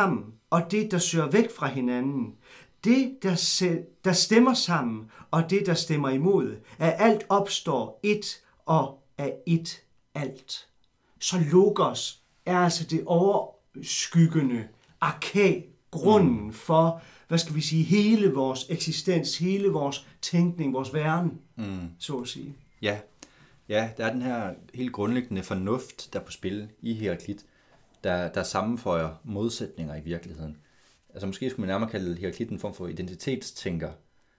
og det, der søger væk fra hinanden, det, der stemmer sammen, og det, der stemmer imod, at alt opstår et og af et alt. Så logos er altså det overskyggende arka, grunden for, hvad skal vi sige, hele vores eksistens, hele vores tænkning, vores væren, så at sige. Ja, der er den her helt grundlæggende fornuft, der er på spil i Heraklit, der sammenføjer modsætninger i virkeligheden. Altså måske skulle man nærmere kalde Heraklit en form for identitetstænker,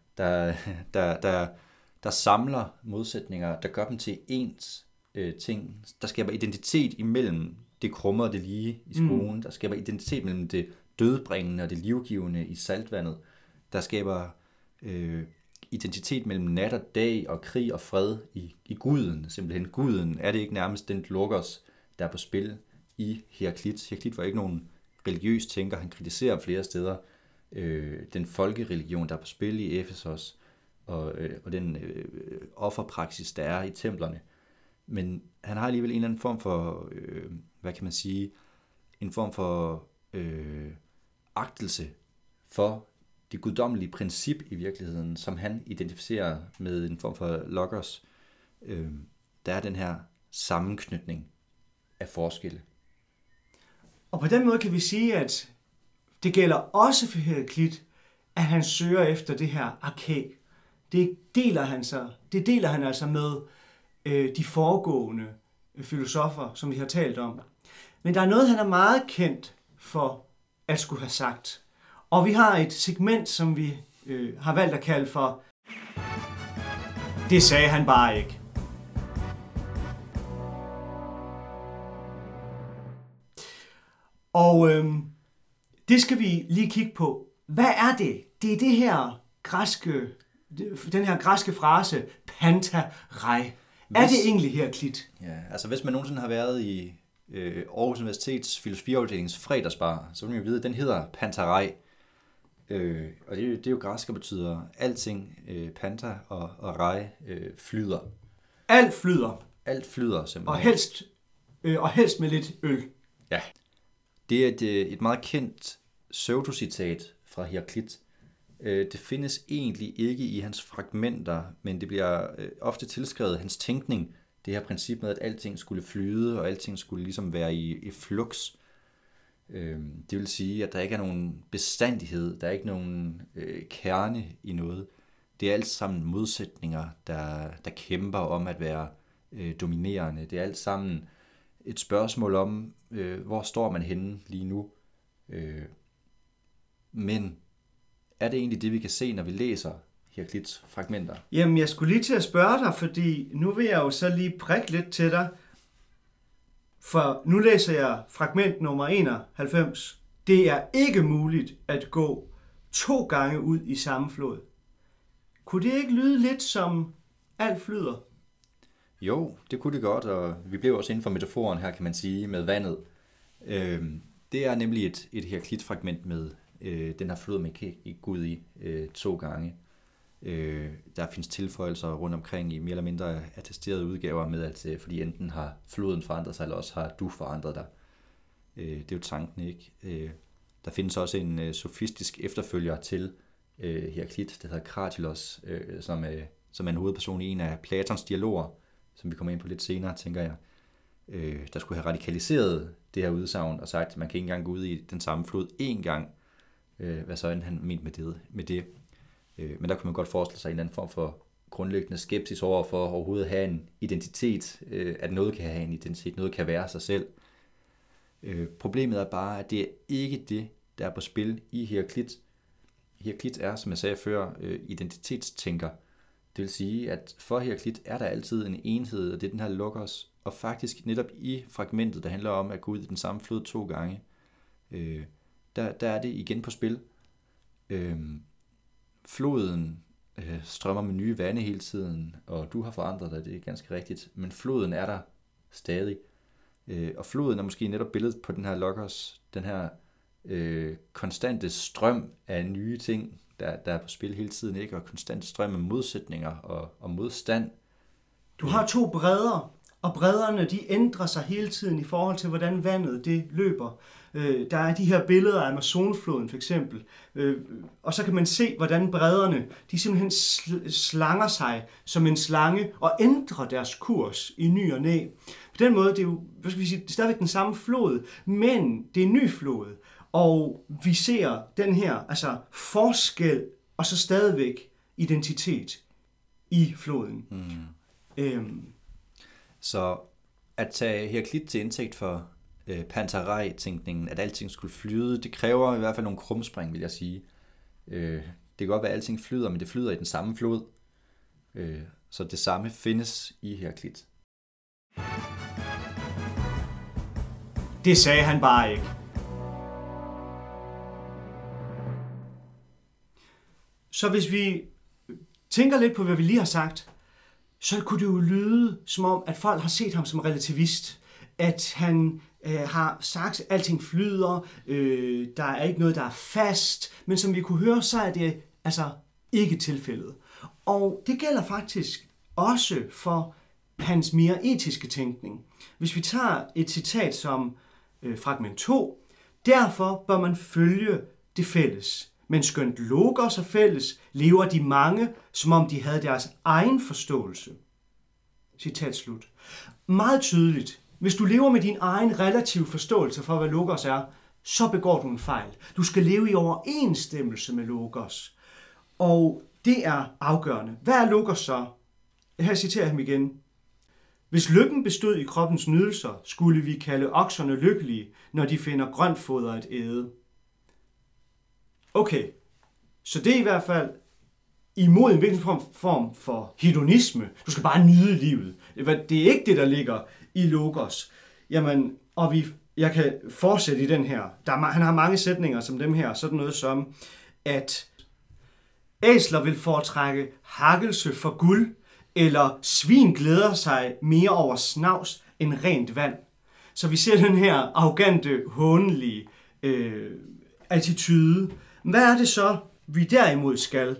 der samler modsætninger, der gør dem til ens ting, der skaber identitet imellem det krumme og det lige i skolen, der skaber identitet mellem det dødbringende og det livgivende i saltvandet, der skaber identitet mellem nat og dag og krig og fred i guden, simpelthen guden. Er det ikke nærmest den logos, der er på spil i Heraklit? Heraklit var ikke nogen religiøs tænker, han kritiserer flere steder den folkereligion, der er på spil i Efesos, og den offerpraksis, der er i templerne. Men han har alligevel en eller anden form for, hvad kan man sige, en form for agtelse for det guddommelige princip i virkeligheden, som han identificerer med en form for logos. Der er den her sammenknytning af forskelle. Og på den måde kan vi sige, at det gælder også for Heraklit, at han søger efter det her arka. Det deler han altså med de foregående filosofer, som vi har talt om. Men der er noget, han er meget kendt for at skulle have sagt. Og vi har et segment, som vi har valgt at kalde for "Det sagde han bare ikke". Og det skal vi lige kigge på. Hvad er det? Det er den her græske frase, pantarei. Er det egentlig Heraklit? Ja, altså hvis man nogensinde har været i Aarhus Universitets filosofiafdelingens fredagsbar, så vil man jo vide, at den hedder pantarei. Og det er jo græsk og betyder alting, panta og rei flyder. Alt flyder. Alt flyder simpelthen. Og helst med lidt øl. Ja. Det er et meget kendt pseudocitat fra Heraklit. Det findes egentlig ikke i hans fragmenter, men det bliver ofte tilskrevet hans tænkning, det her princip med, at alting skulle flyde, og alting skulle ligesom være i flux. Det vil sige, at der ikke er nogen bestandighed, der er ikke nogen kerne i noget. Det er alt sammen modsætninger, der kæmper om at være dominerende. Det er alt sammen et spørgsmål om, hvor står man henne lige nu. Men er det egentlig det, vi kan se, når vi læser Heraklits fragmenter? Jamen, jeg skulle lige til at spørge dig, fordi nu vil jeg jo så lige prikke lidt til dig. For nu læser jeg fragment nummer 91. Det er ikke muligt at gå 2 gange ud i samme flod. Kunne det ikke lyde lidt som alt flyder? Jo, det kunne det godt, og vi blev også inden for metaforen her, kan man sige, med vandet. Det er nemlig et Heraklit-fragment med den her flod, man kan ikke gå ud i 2 gange. Der findes tilføjelser rundt omkring i mere eller mindre attesterede udgaver med, at fordi enten har floden forandret sig, eller også har du forandret dig. Det er jo tanken, ikke? Der findes også en sofistisk efterfølger til Heraklit, der hedder Kratylos, som er en hovedperson i en af Platons dialoger, som vi kommer ind på lidt senere, tænker jeg, der skulle have radikaliseret det her udsagn og sagt, at man kan ikke engang gå ud i den samme flod 1 gang. Hvad så end han mente med det. Men der kunne man godt forestille sig en eller anden form for grundlæggende skepsis over for overhovedet at have en identitet, at noget kan have en identitet, noget kan være sig selv. Problemet er bare, at det er ikke det, der er på spil i Heraklit. Heraklit er, som jeg sagde før, identitetstænker. Det vil sige, at for Heraklit er der altid en enhed, og det er den her logos. Og faktisk netop i fragmentet, der handler om at gå ud i den samme flod 2 gange, der er det igen på spil. Floden strømmer med nye vande hele tiden, og du har forandret dig, det er ganske rigtigt, men floden er der stadig. Og floden er måske netop billedet på den her logos, den her konstante strøm af nye ting, der er på spil hele tiden, ikke? Og konstant strøm af modsætninger og modstand. Du har 2 bredder, Og bredderne, de ændrer sig hele tiden i forhold til, hvordan vandet det løber. Der er de her billeder af Amazonfloden for eksempel, og så kan man se, hvordan bredderne, de simpelthen slanger sig som en slange og ændrer deres kurs i ny og næ. På den måde, det er jo, hvad skal vi sige, det er stadigvæk den samme flod, men det er en ny flod, og vi ser den her forskel og så stadigvæk identitet i floden. Så at tage Heraklit til indtægt for Pantarei-tænkningen, at alting skulle flyde, det kræver i hvert fald nogle krumspring, vil jeg sige. Det kan godt være, at alting flyder, men det flyder i den samme flod. Så det samme findes i Heraklit. Det sagde han bare ikke. Så hvis vi tænker lidt på, hvad vi lige har sagt, så kunne det jo lyde som om, at folk har set ham som relativist. At han har sagt, at alting flyder, der er ikke noget, der er fast. Men som vi kunne høre, så er det ikke tilfældet. Og det gælder faktisk også for hans mere etiske tænkning. Hvis vi tager et citat som fragment 2, derfor bør man følge det fælles. Men skønt logos er fælles, lever de mange, som om de havde deres egen forståelse. Citat slut. Meget tydeligt. Hvis du lever med din egen relative forståelse for, hvad logos er, så begår du en fejl. Du skal leve i overensstemmelse med logos. Og det er afgørende. Hvad er logos så? Her citerer jeg ham igen. Hvis lykken bestod i kroppens nydelser, skulle vi kalde okserne lykkelige, når de finder grønt foder at æde. Okay, så det er i hvert fald imod en hvilken form for hedonisme. Du skal bare nyde livet. Det er ikke det, der ligger i logos. Jamen, og jeg kan fortsætte i den her. Han har mange sætninger som dem her. Sådan noget som, at æsler vil foretrække hakkelse for guld, eller svin glæder sig mere over snavs end rent vand. Så vi ser den her arrogante, hånlige attitude. Hvad er det så, vi derimod skal?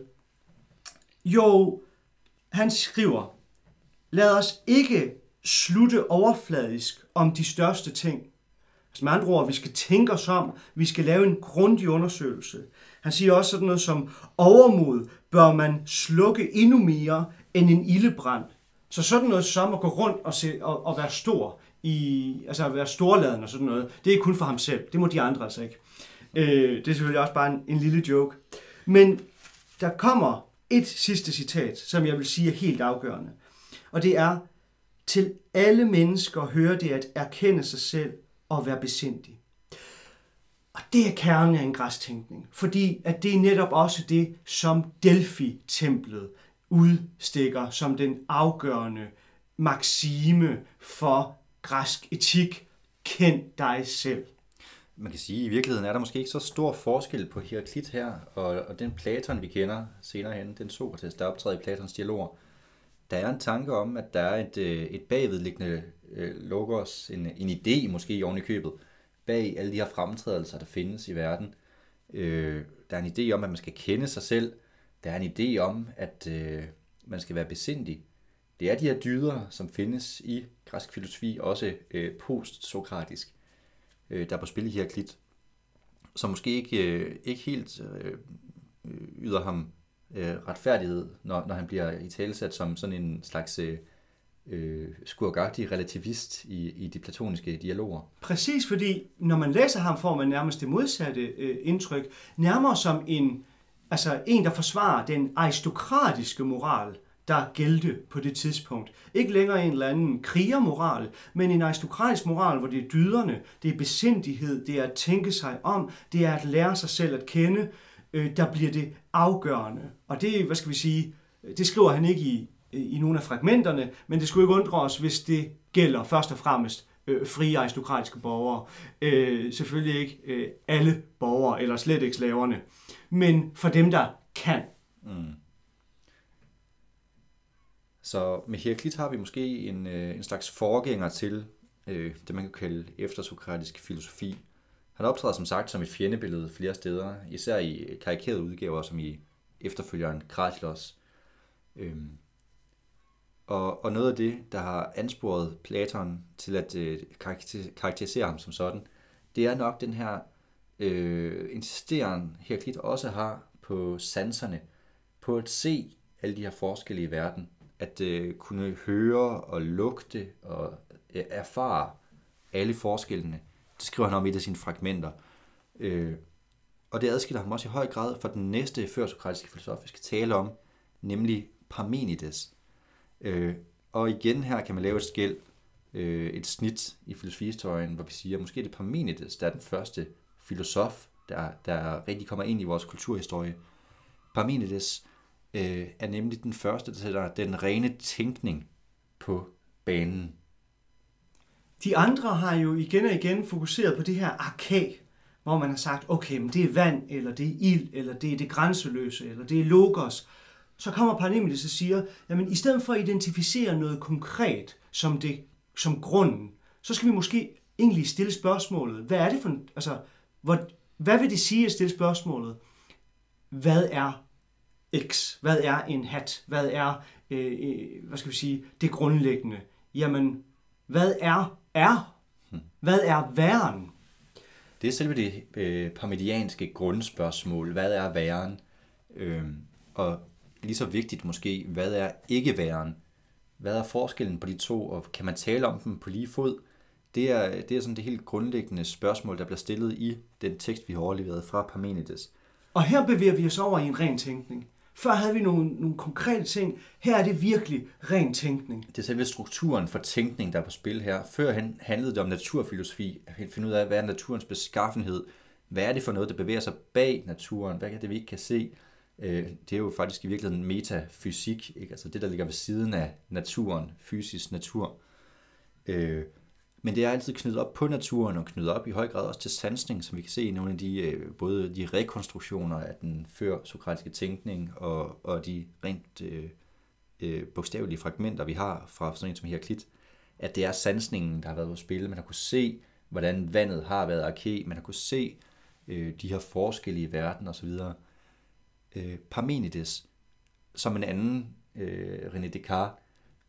Jo, han skriver, lad os ikke slutte overfladisk om de største ting. Altså med andre ord, vi skal tænke os om, vi skal lave en grundig undersøgelse. Han siger også sådan noget som, overmod bør man slukke endnu mere end en ildebrand. Så sådan noget som at gå rundt og være stor, at være storladen og sådan noget, det er kun for ham selv. Det må de andre altså ikke. Det er selvfølgelig også bare en lille joke. Men der kommer et sidste citat, som jeg vil sige er helt afgørende. Og det er, til alle mennesker hører det at erkende sig selv og være besindig. Og det er kernen af en græstænkning, fordi at det er netop også det, som Delphi-templet udstikker som den afgørende maksime for græsk etik. Kend dig selv. Man kan sige, at i virkeligheden er der måske ikke så stor forskel på Heraklit her, og den Platon, vi kender senere hen, den Sokrates, der optræder i Platons dialoger. Der er en tanke om, at der er et bagvedliggende logos, en idé måske oven i købet, bag alle de her fremtrædelser, der findes i verden. Der er en idé om, at man skal kende sig selv. Der er en idé om, at man skal være besindig. Det er de her dyder, som findes i græsk filosofi, også post-sokratisk, der er på spil i Heraklit, som måske ikke helt yder ham retfærdighed, når han bliver italesat som sådan en slags skurkagtig relativist i de platoniske dialoger. Præcis, fordi når man læser ham, får man nærmest det modsatte indtryk, nærmere som en, der forsvarer den aristokratiske moral, der gældte på det tidspunkt. Ikke længere en eller anden krigermoral, men en aristokratisk moral, hvor det er dyderne, det er besindighed, det er at tænke sig om, det er at lære sig selv at kende, der bliver det afgørende. Og det, det skriver han ikke i nogle af fragmenterne, men det skulle ikke undre os, hvis det gælder først og fremmest frie aristokratiske borgere. Selvfølgelig ikke alle borgere, eller slet ikke slaverne, men for dem, der kan. Mm. Så med Heraklit har vi måske en slags forgænger til det, man kan kalde eftersokratisk filosofi. Han optræder som sagt som et fjendebillede flere steder, især i karikerede udgaver, som i efterfølgeren Kratylos. Og noget af det, der har ansporet Platon til at karakterisere ham som sådan, det er nok den her insisteren, Heraklit også har på sanserne, på at se alle de her forskelle i verden, at kunne høre og lugte og erfare alle forskellene. Det skriver han om i et af sine fragmenter. Og det adskiller ham også i høj grad fra den næste førsokratiske filosof, vi skal tale om, nemlig Parmenides. Og igen her kan man lave et skel, et snit i filosofihistorien, hvor vi siger, at måske det er Parmenides, der er den første filosof, der rigtig kommer ind i vores kulturhistorie. Parmenides er nemlig den første, der sætter den rene tænkning på banen. De andre har jo igen og igen fokuseret på det her arka, hvor man har sagt, okay, men det er vand, eller det er ild, eller det er det grænseløse, eller det er logos. Så kommer Parmenides og siger, jamen i stedet for at identificere noget konkret som grunden, så skal vi måske egentlig stille spørgsmålet, hvad er det for hvad vil det sige at stille spørgsmålet? Hvad er X? Hvad er en hat? Hvad er det grundlæggende? Jamen, hvad er R? Hvad er væren? Det er selve det parmenidianske grundspørgsmål. Hvad er væren? Og lige så vigtigt måske, hvad er ikke væren? Hvad er forskellen på de to, og kan man tale om dem på lige fod? Det er sådan det helt grundlæggende spørgsmål, der bliver stillet i den tekst, vi har overleveret fra Parmenides. Og her bevæger vi os over i en ren tænkning. Før havde vi nogle konkrete ting. Her er det virkelig ren tænkning. Det er selve strukturen for tænkning, der er på spil her. Førhen handlede det om naturfilosofi. At finde ud af, hvad er naturens beskaffenhed? Hvad er det for noget, der bevæger sig bag naturen? Hvad er det, vi ikke kan se? Det er jo faktisk i virkeligheden metafysik, ikke? Altså det, der ligger ved siden af naturen, fysisk natur. Men det er altid knyttet op på naturen, og knyttet op i høj grad også til sansning, som vi kan se i nogle af de, både de rekonstruktioner af den før-sokratiske tænkning, og de rent bogstavelige fragmenter, vi har fra sådan en som Heraklit, at det er sansningen, der har været på spil. Man har kunne se, hvordan vandet har været arke, man har kunne se de her forskelle i verden osv. Parmenides, som en anden René Descartes,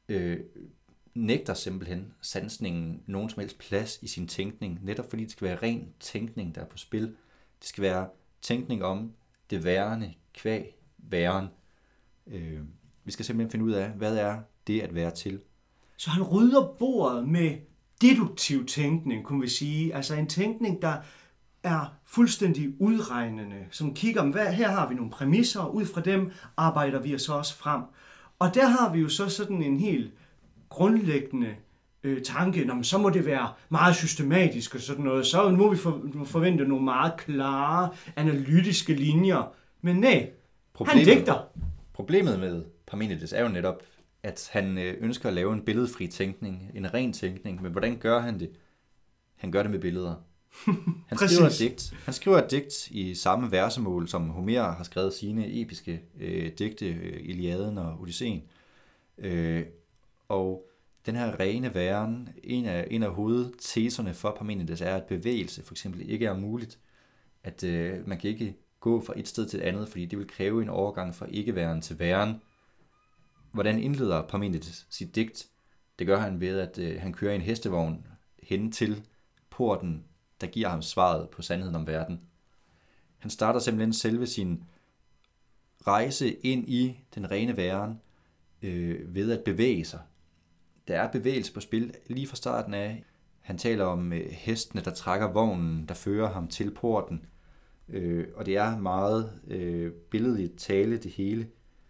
nægter simpelthen sansningen nogen som helst plads i sin tænkning, netop fordi det skal være ren tænkning, der er på spil. Det skal være tænkning om det værende kvæg væren. Vi skal simpelthen finde ud af, hvad er det at være til. Så han rydder bordet med deduktiv tænkning, kunne vi sige. Altså en tænkning, der er fuldstændig udregnende, som kigger, her har vi nogle præmisser, og ud fra dem arbejder vi os så også frem. Og der har vi jo så sådan en helt grundlæggende tanke, så må det være meget systematisk og sådan noget, så må vi forvente nogle meget klare, analytiske linjer. Men nej, han digter. Problemet med Parmenides er jo netop, at han ønsker at lave en billedfri tænkning, en ren tænkning, men hvordan gør han det? Han gør det med billeder. Han skriver et digt i samme versemål, som Homer har skrevet sine episke digte, Iliaden og Odysseen. Og den her rene væren, en af hovedteserne for Parmenides er, at bevægelse for eksempel ikke er muligt. At man kan ikke gå fra et sted til et andet, fordi det vil kræve en overgang fra ikke-væren til væren. Hvordan indleder Parmenides sit digt? Det gør han ved, at han kører en hestevogn hen til porten, der giver ham svaret på sandheden om verden. Han starter simpelthen selve sin rejse ind i den rene væren ved at bevæge sig. Der er bevægelse på spil lige fra starten af. Han taler om hestene, der trækker vognen, der fører ham til porten. Og det er meget billedligt tale, det hele.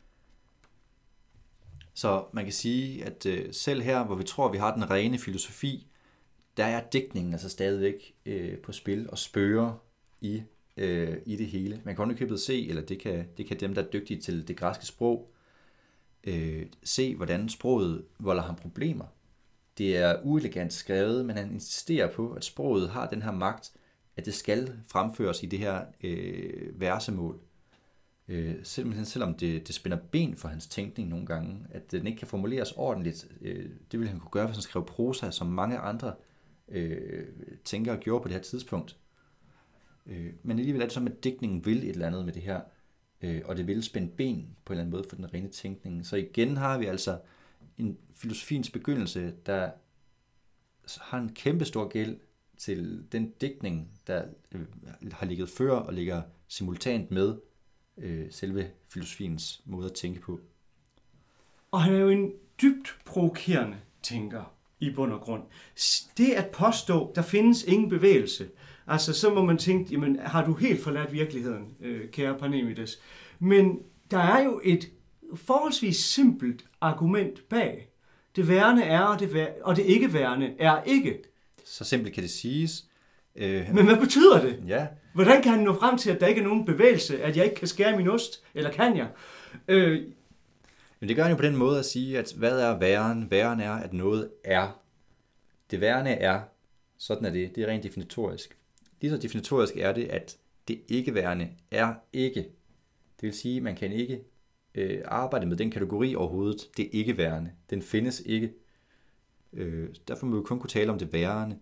Så man kan sige, at selv her, hvor vi tror, vi har den rene filosofi, der er digtningen altså stadigvæk på spil og spørger i det hele. Man kan underkøbet se, eller det kan dem, der er dygtige til det græske sprog, se, hvordan sproget volder ham problemer. Det er uelegant skrevet, men han insisterer på, at sproget har den her magt, at det skal fremføres i det her versemål. Selvom det spænder ben for hans tænkning nogle gange, at den ikke kan formuleres ordentligt. Det ville han kunne gøre, hvis han skrev prosa, som mange andre tænkere gjorde på det her tidspunkt. Men alligevel er det som, at digtningen vil et eller andet med det her, og det vil spænde ben på en eller anden måde for den rene tænkning. Så igen har vi altså en filosofiens begyndelse, der har en kæmpe stor gæld til den digtning, der har ligget før og ligger simultant med selve filosofiens måde at tænke på. Og han er jo en dybt provokerende tænker i bund og grund. Det at påstå, der findes ingen bevægelse, altså så må man tænke, jamen har du helt forladt virkeligheden, kære Parmenides? Men der er jo et forholdsvis simpelt argument bag. Det værende er, og det ikke værende er ikke. Så simpelt kan det siges. Men hvad betyder det? Ja. Hvordan kan han nå frem til, at der ikke er nogen bevægelse, at jeg ikke kan skære min ost, eller kan jeg? Men det gør han jo på den måde at sige, at hvad er væren? Væren er, at noget er. Det værende er, sådan er det. Det er rent definitorisk. Lige så definitorisk er det, at det ikke-værende er ikke. Det vil sige, at man kan ikke arbejde med den kategori overhovedet. Det ikke-værende. Den findes ikke. Derfor må vi kun kunne tale om det værende.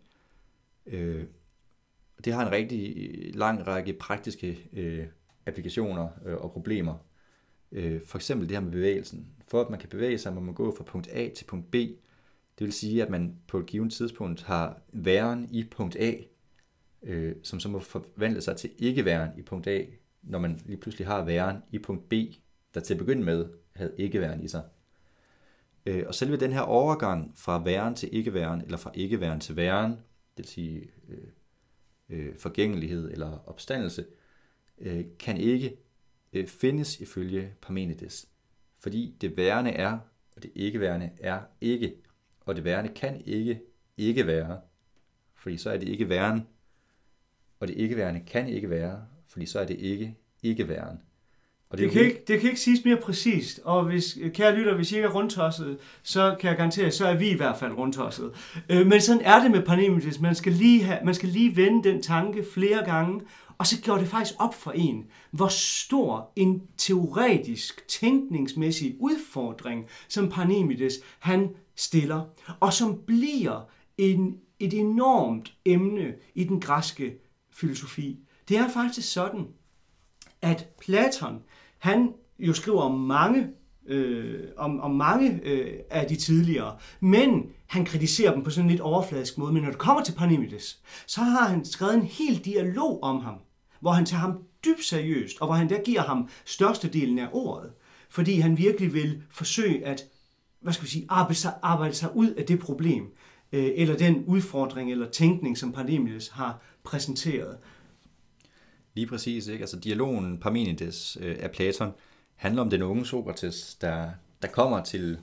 Det har en rigtig lang række praktiske applikationer og problemer. For eksempel det her med bevægelsen. For at man kan bevæge sig, må man gå fra punkt A til punkt B. Det vil sige, at man på et givet tidspunkt har væren i punkt A, som så må forvandle sig til ikke-væren i punkt A, når man lige pludselig har væren i punkt B, der til at begynde med havde ikke-væren i sig. Og selve den her overgang fra væren til ikke-væren, eller fra ikke-væren til væren, det vil sige forgængelighed eller opstandelse, kan ikke findes ifølge Parmenides. Fordi det værende er, og det ikke-værende er ikke, og det værende kan ikke være, fordi så er det ikke væren, og det ikke-værende kan ikke være, fordi så er det ikke væren. Og det kan ikke siges mere præcist, og hvis, kære lytter, hvis I ikke er rundtosset, så kan jeg garantere, så er vi i hvert fald rundtosset. Men sådan er det med Parmenides. Man skal lige vende den tanke flere gange, og så gjorde det faktisk op for en, hvor stor en teoretisk, tænkningsmæssig udfordring, som Parmenides han stiller, og som bliver et enormt emne i den græske filosofi. Det er faktisk sådan, at Platon, han jo skriver om mange af de tidligere, men han kritiserer dem på sådan en lidt overfladisk måde. Men når det kommer til Parmenides, så har han skrevet en hel dialog om ham, hvor han tager ham dybt seriøst, og hvor han der giver ham størstedelen af ordet, fordi han virkelig vil forsøge at, arbejde sig ud af det problem, eller den udfordring eller tænkning, som Parmenides har præsenteret. Lige præcis, ikke? Altså dialogen Parmenides af Platon handler om den unge Sokrates, der kommer til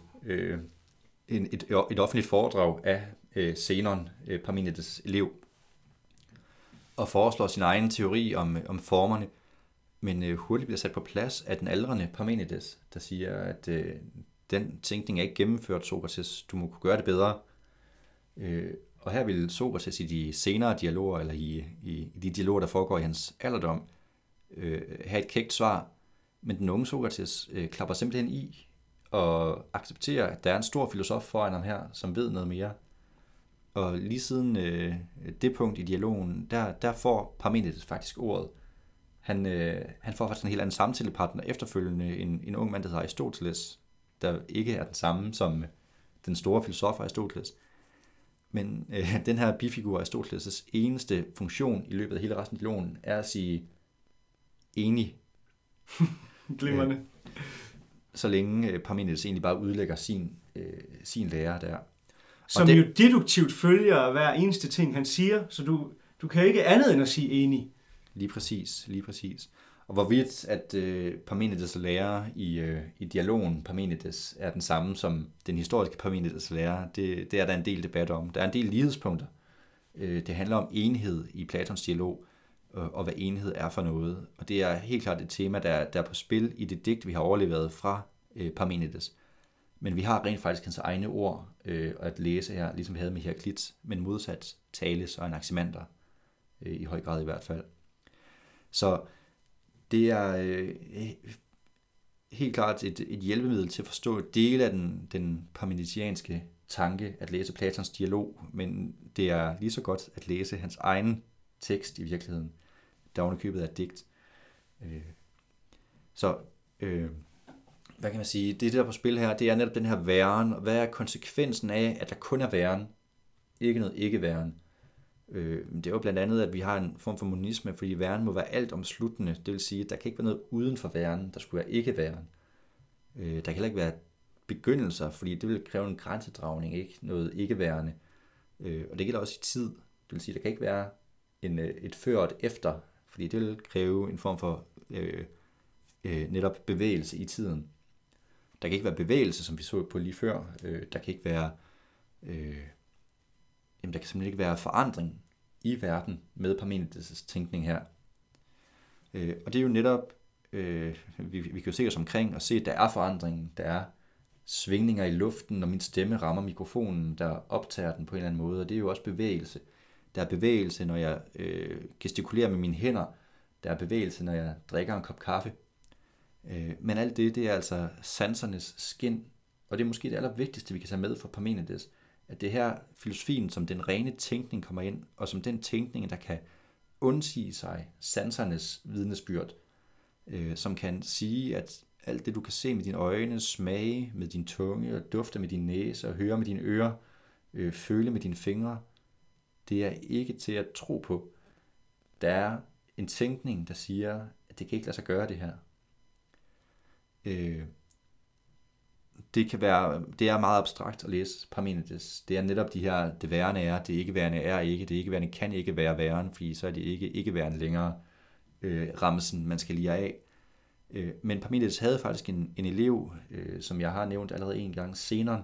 et offentligt foredrag af Zenon, Parmenides elev, og foreslår sin egen teori om formerne, men hurtigt bliver sat på plads af den aldrende Parmenides, der siger, at den tænkning er ikke gennemført, Sokrates, du må kunne gøre det bedre. Og her vil Sokrates i de senere dialoger, eller i de dialoger, der foregår i hans alderdom, have et kægt svar, men den unge Sokrates klapper simpelthen i og accepterer, at der er en stor filosof foran ham her, som ved noget mere. Og lige siden det punkt i dialogen, der får Parmenides faktisk ordet. Han får faktisk en helt anden samtalepartner efterfølgende, en ung mand, der hedder Aristoteles, der ikke er den samme som den store filosof Aristoteles. Men den her bifigur Aristoteles' eneste funktion i løbet af hele resten af dialogen er at sige enig. Glimrende. Så længe Parmenides egentlig bare udlægger sin lære der. Som jo deduktivt følger hver eneste ting, han siger, så du kan ikke andet end at sige enig. Lige præcis. Og hvorvidt at Parmenides' lære i dialogen Parmenides er den samme som den historiske Parmenides' lære, det er der en del debat om. Der er en del lighedspunkter. Det handler om enhed i Platons dialog, og hvad enhed er for noget. Og det er helt klart et tema, der er på spil i det digt, vi har overleveret fra Parmenides. Men vi har rent faktisk hans egne ord at læse her, ligesom vi havde med Heraklit, men modsat Thales og Anaximander, i høj grad i hvert fald. Så det er helt klart et hjælpemiddel til at forstå dele af den parmenidesianske tanke at læse Platons dialog, men det er lige så godt at læse hans egen tekst i virkeligheden, der ovenikøbet er et digt. Så hvad kan man sige, det der på spil her, det er netop den her væren, og hvad er konsekvensen af, at der kun er væren, ikke noget ikke-væren. Det er jo blandt andet, at vi har en form for monisme, fordi væren må være alt omsluttende, det vil sige, at der kan ikke være noget uden for væren, der skulle være ikke-væren. Der kan heller ikke være begyndelser, fordi det vil kræve en grænsedragning, ikke noget ikke-værende. Og det gælder også i tid, det vil sige, at der kan ikke være et før og et efter, fordi det vil kræve en form for netop bevægelse i tiden. Der kan ikke være bevægelse, som vi så på lige før. Der kan ikke være, der kan simpelthen ikke være forandring i verden med Parmenides' tænkning her. Og det er jo netop, vi kan jo se os omkring og se, at der er forandring, der er svingninger i luften, når min stemme rammer mikrofonen, der optager den på en eller anden måde, og det er jo også bevægelse. Der er bevægelse, når jeg gestikulerer med mine hænder. Der er bevægelse, når jeg drikker en kop kaffe. Men alt det er altså sansernes skin, og det er måske det allervigtigste, vi kan tage med fra Parmenides, at det her filosofien, som den rene tænkning kommer ind, og som den tænkning, der kan undsige sig sansernes vidnesbyrd, som kan sige, at alt det, du kan se med dine øjne, smage med din tunge, og dufte med din næse, og høre med dine ører, føle med dine fingre, det er ikke til at tro på. Der er en tænkning, der siger, at det kan ikke lade sig gøre det her. Det er meget abstrakt at læse Parmenides. Det er netop de her, det værende er, det ikke-værende er ikke, det ikke-værende kan ikke være væren, fordi så er det ikke-værende længere ramsen, man skal lige af. Men Parmenides havde faktisk en elev, som jeg har nævnt allerede en gang, Zenon.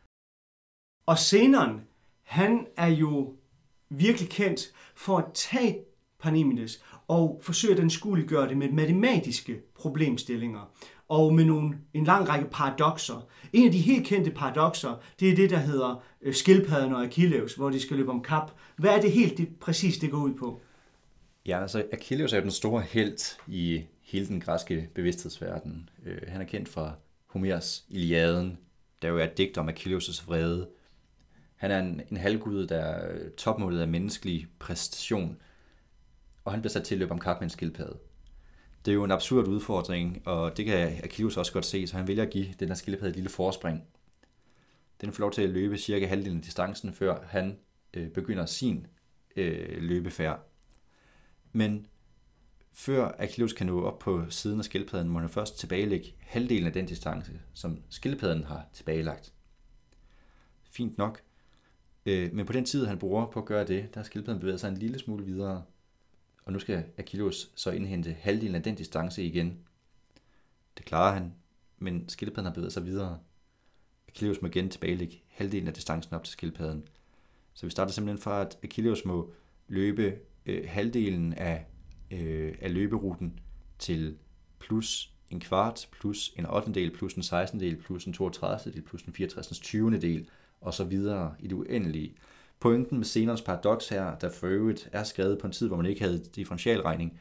Og Zenon, han er jo virkelig kendt for at tage Parmenides og forsøge at anskueliggøre det med matematiske problemstillinger og med en lang række paradokser. En af de helt kendte paradokser, det er det, der hedder skildpadden og Achilleus, hvor de skal løbe om kap. Hvad er det helt præcis, det går ud på? Ja, altså Achilleus er jo den store helt i hele den græske bevidsthedsverden. Han er kendt fra Homers Iliaden, der jo er et digt om Achilleus' vrede. Han er en halvgud, der er topmålet af menneskelig præstation, og han bliver sat til at løbe om kap med en skildpadde. Det er jo en absurd udfordring, og det kan Achilleus også godt se, så han vælger at give den her skildpadde et lille forspring. Den får lov til at løbe cirka halvdelen af distancen, før han begynder sin løbefærd. Men før Achilleus kan nå op på siden af skildpadden, må han først tilbagelægge halvdelen af den distance, som skildpadden har tilbagelagt. Fint nok. Men på den tid, han bruger på at gøre det, der har skildpadden bevæget sig en lille smule videre. Og nu skal Achilleus så indhente halvdelen af den distance igen. Det klarer han, men skildpadden har bevæget sig videre. Achilleus må igen tilbagelægge halvdelen af distancen op til skildpadden. Så vi starter simpelthen fra, at Achilleus må løbe halvdelen af løberuten til plus en kvart, plus en 8. plus en 16. plus en 32. plus en 64. 20. del, og så videre i det uendelige. Pointen med Zenons paradoks her, der for øvrigt er skrevet på en tid, hvor man ikke havde differentialregning,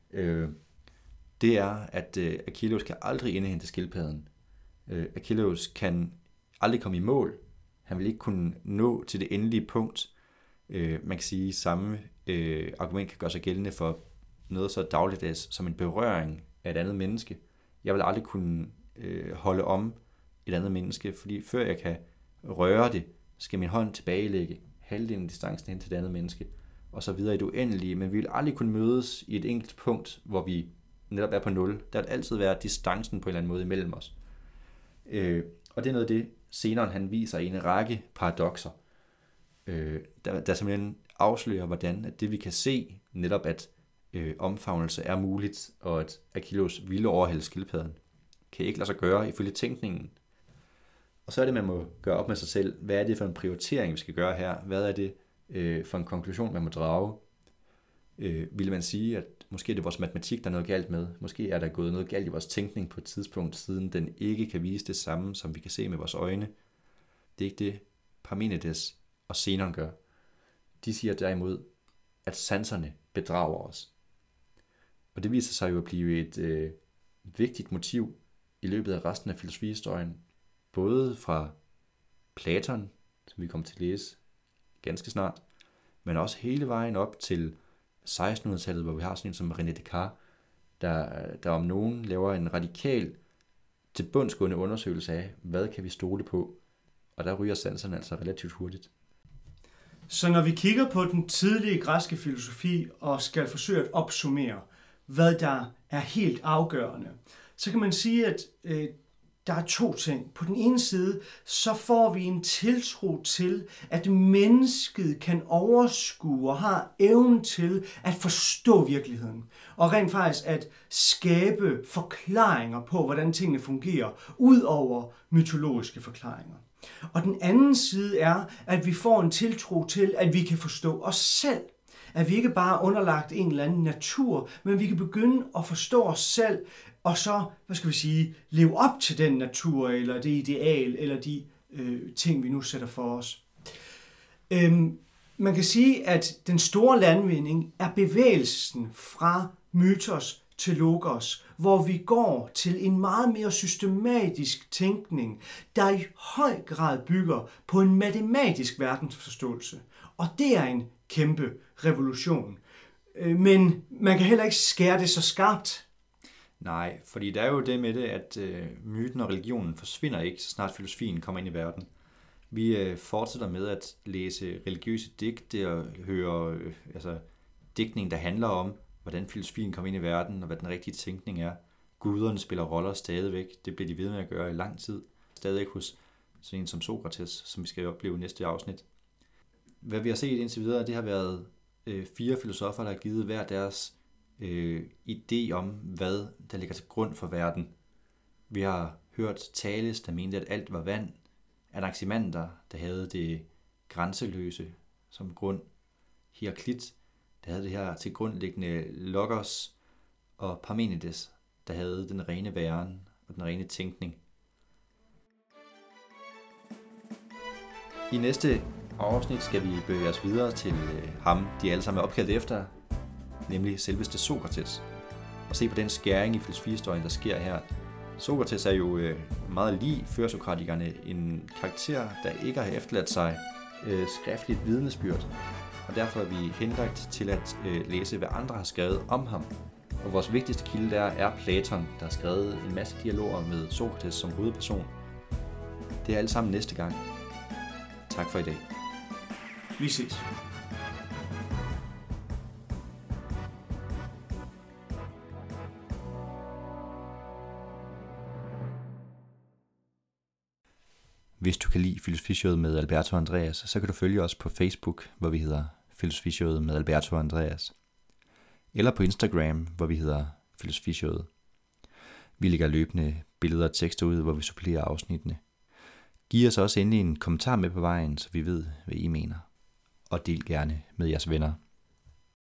det er, at Achilleus kan aldrig indhente skildpadden. Achilleus kan aldrig komme i mål. Han vil ikke kunne nå til det endelige punkt. Man kan sige, at samme argument kan gøre sig gældende for noget så dagligdags som en berøring af et andet menneske. Jeg vil aldrig kunne holde om et andet menneske, fordi før jeg kan røre det, skal min hånd tilbagelægge halvdelen af distancen hen til det andet menneske, og så videre i det uendelige, men vi vil aldrig kunne mødes i et enkelt punkt, hvor vi netop er på 0. Der vil altid være distancen på en eller anden måde imellem os. Og det er noget af det, Zenon han viser i en række paradokser, der simpelthen afslører, hvordan at det vi kan se, netop at omfavnelse er muligt, og at Achilleus ville overhælde skildpadden, kan ikke lade sig gøre ifølge tænkningen. Og så er det, man må gøre op med sig selv. Hvad er det for en prioritering, vi skal gøre her? Hvad er det for en konklusion, man må drage? Vil man sige, at måske er det vores matematik, der er noget galt med? Måske er der gået noget galt i vores tænkning på et tidspunkt, siden den ikke kan vise det samme, som vi kan se med vores øjne? Det er ikke det, Parmenides og Zenon gør. De siger derimod, at sanserne bedrager os. Og det viser sig jo at blive et vigtigt motiv i løbet af resten af filosofihistorien, både fra Platon, som vi kommer til at læse ganske snart, men også hele vejen op til 1600-tallet, hvor vi har sådan en som René Descartes, der om nogen laver en radikal tilbundsgående undersøgelse af, hvad kan vi stole på, og der ryger sanserne altså relativt hurtigt. Så når vi kigger på den tidlige græske filosofi og skal forsøge at opsummere, hvad der er helt afgørende, så kan man sige, at der er 2 ting. På den ene side, så får vi en tiltro til, at mennesket kan overskue og har evnen til at forstå virkeligheden. Og rent faktisk at skabe forklaringer på, hvordan tingene fungerer, ud over mytologiske forklaringer. Og den anden side er, at vi får en tiltro til, at vi kan forstå os selv. At vi ikke bare er underlagt en eller anden natur, men vi kan begynde at forstå os selv, og så, leve op til den natur, eller det ideal, eller de ting, vi nu sætter for os. Man kan sige, at den store landvinding er bevægelsen fra mytos til logos, hvor vi går til en meget mere systematisk tænkning, der i høj grad bygger på en matematisk verdensforståelse. Og det er en kæmpe revolution. Men man kan heller ikke skære det så skarpt. Nej, fordi der er jo det med det, at myten og religionen forsvinder ikke, så snart filosofien kommer ind i verden. Vi fortsætter med at læse religiøse digte og høre digtning, der handler om, hvordan filosofien kommer ind i verden, og hvad den rigtige tænkning er. Guderne spiller roller stadigvæk. Det bliver de ved med at gøre i lang tid. Stadig hos sådan en som Sokrates, som vi skal opleve i næste afsnit. Hvad vi har set indtil videre, det har været 4 filosofer, der har givet hver deres idé om, hvad der ligger til grund for verden. Vi har hørt Thales, der mente, at alt var vand. Anaximander, der havde det grænseløse som grund. Heraklit, der havde det her til grundlæggende logos. Og Parmenides, der havde den rene væren og den rene tænkning. I næste afsnit skal vi bevæge os videre til ham, de alle sammen er opkaldt efter, nemlig selveste Sokrates, og se på den skæring i filosofihistorien, der sker her. Sokrates er jo meget lig førsokratikerne, en karakter, der ikke har efterladt sig skriftligt vidnesbyrd, og derfor er vi henlagt til at læse, hvad andre har skrevet om ham. Og vores vigtigste kilde der er Platon, der har skrevet en masse dialoger med Sokrates som hovedperson. Det er alt sammen næste gang. Tak for i dag. Vi ses. Hvis du kan lide Filosofishowet med Alberto og Andreas, så kan du følge os på Facebook, hvor vi hedder Filosofishowet med Alberto og Andreas. Eller på Instagram, hvor vi hedder Filosofishowet. Vi lægger løbende billeder og tekster ud, hvor vi supplerer afsnittene. Giv os også endelig en kommentar med på vejen, så vi ved, hvad I mener. Og del gerne med jeres venner.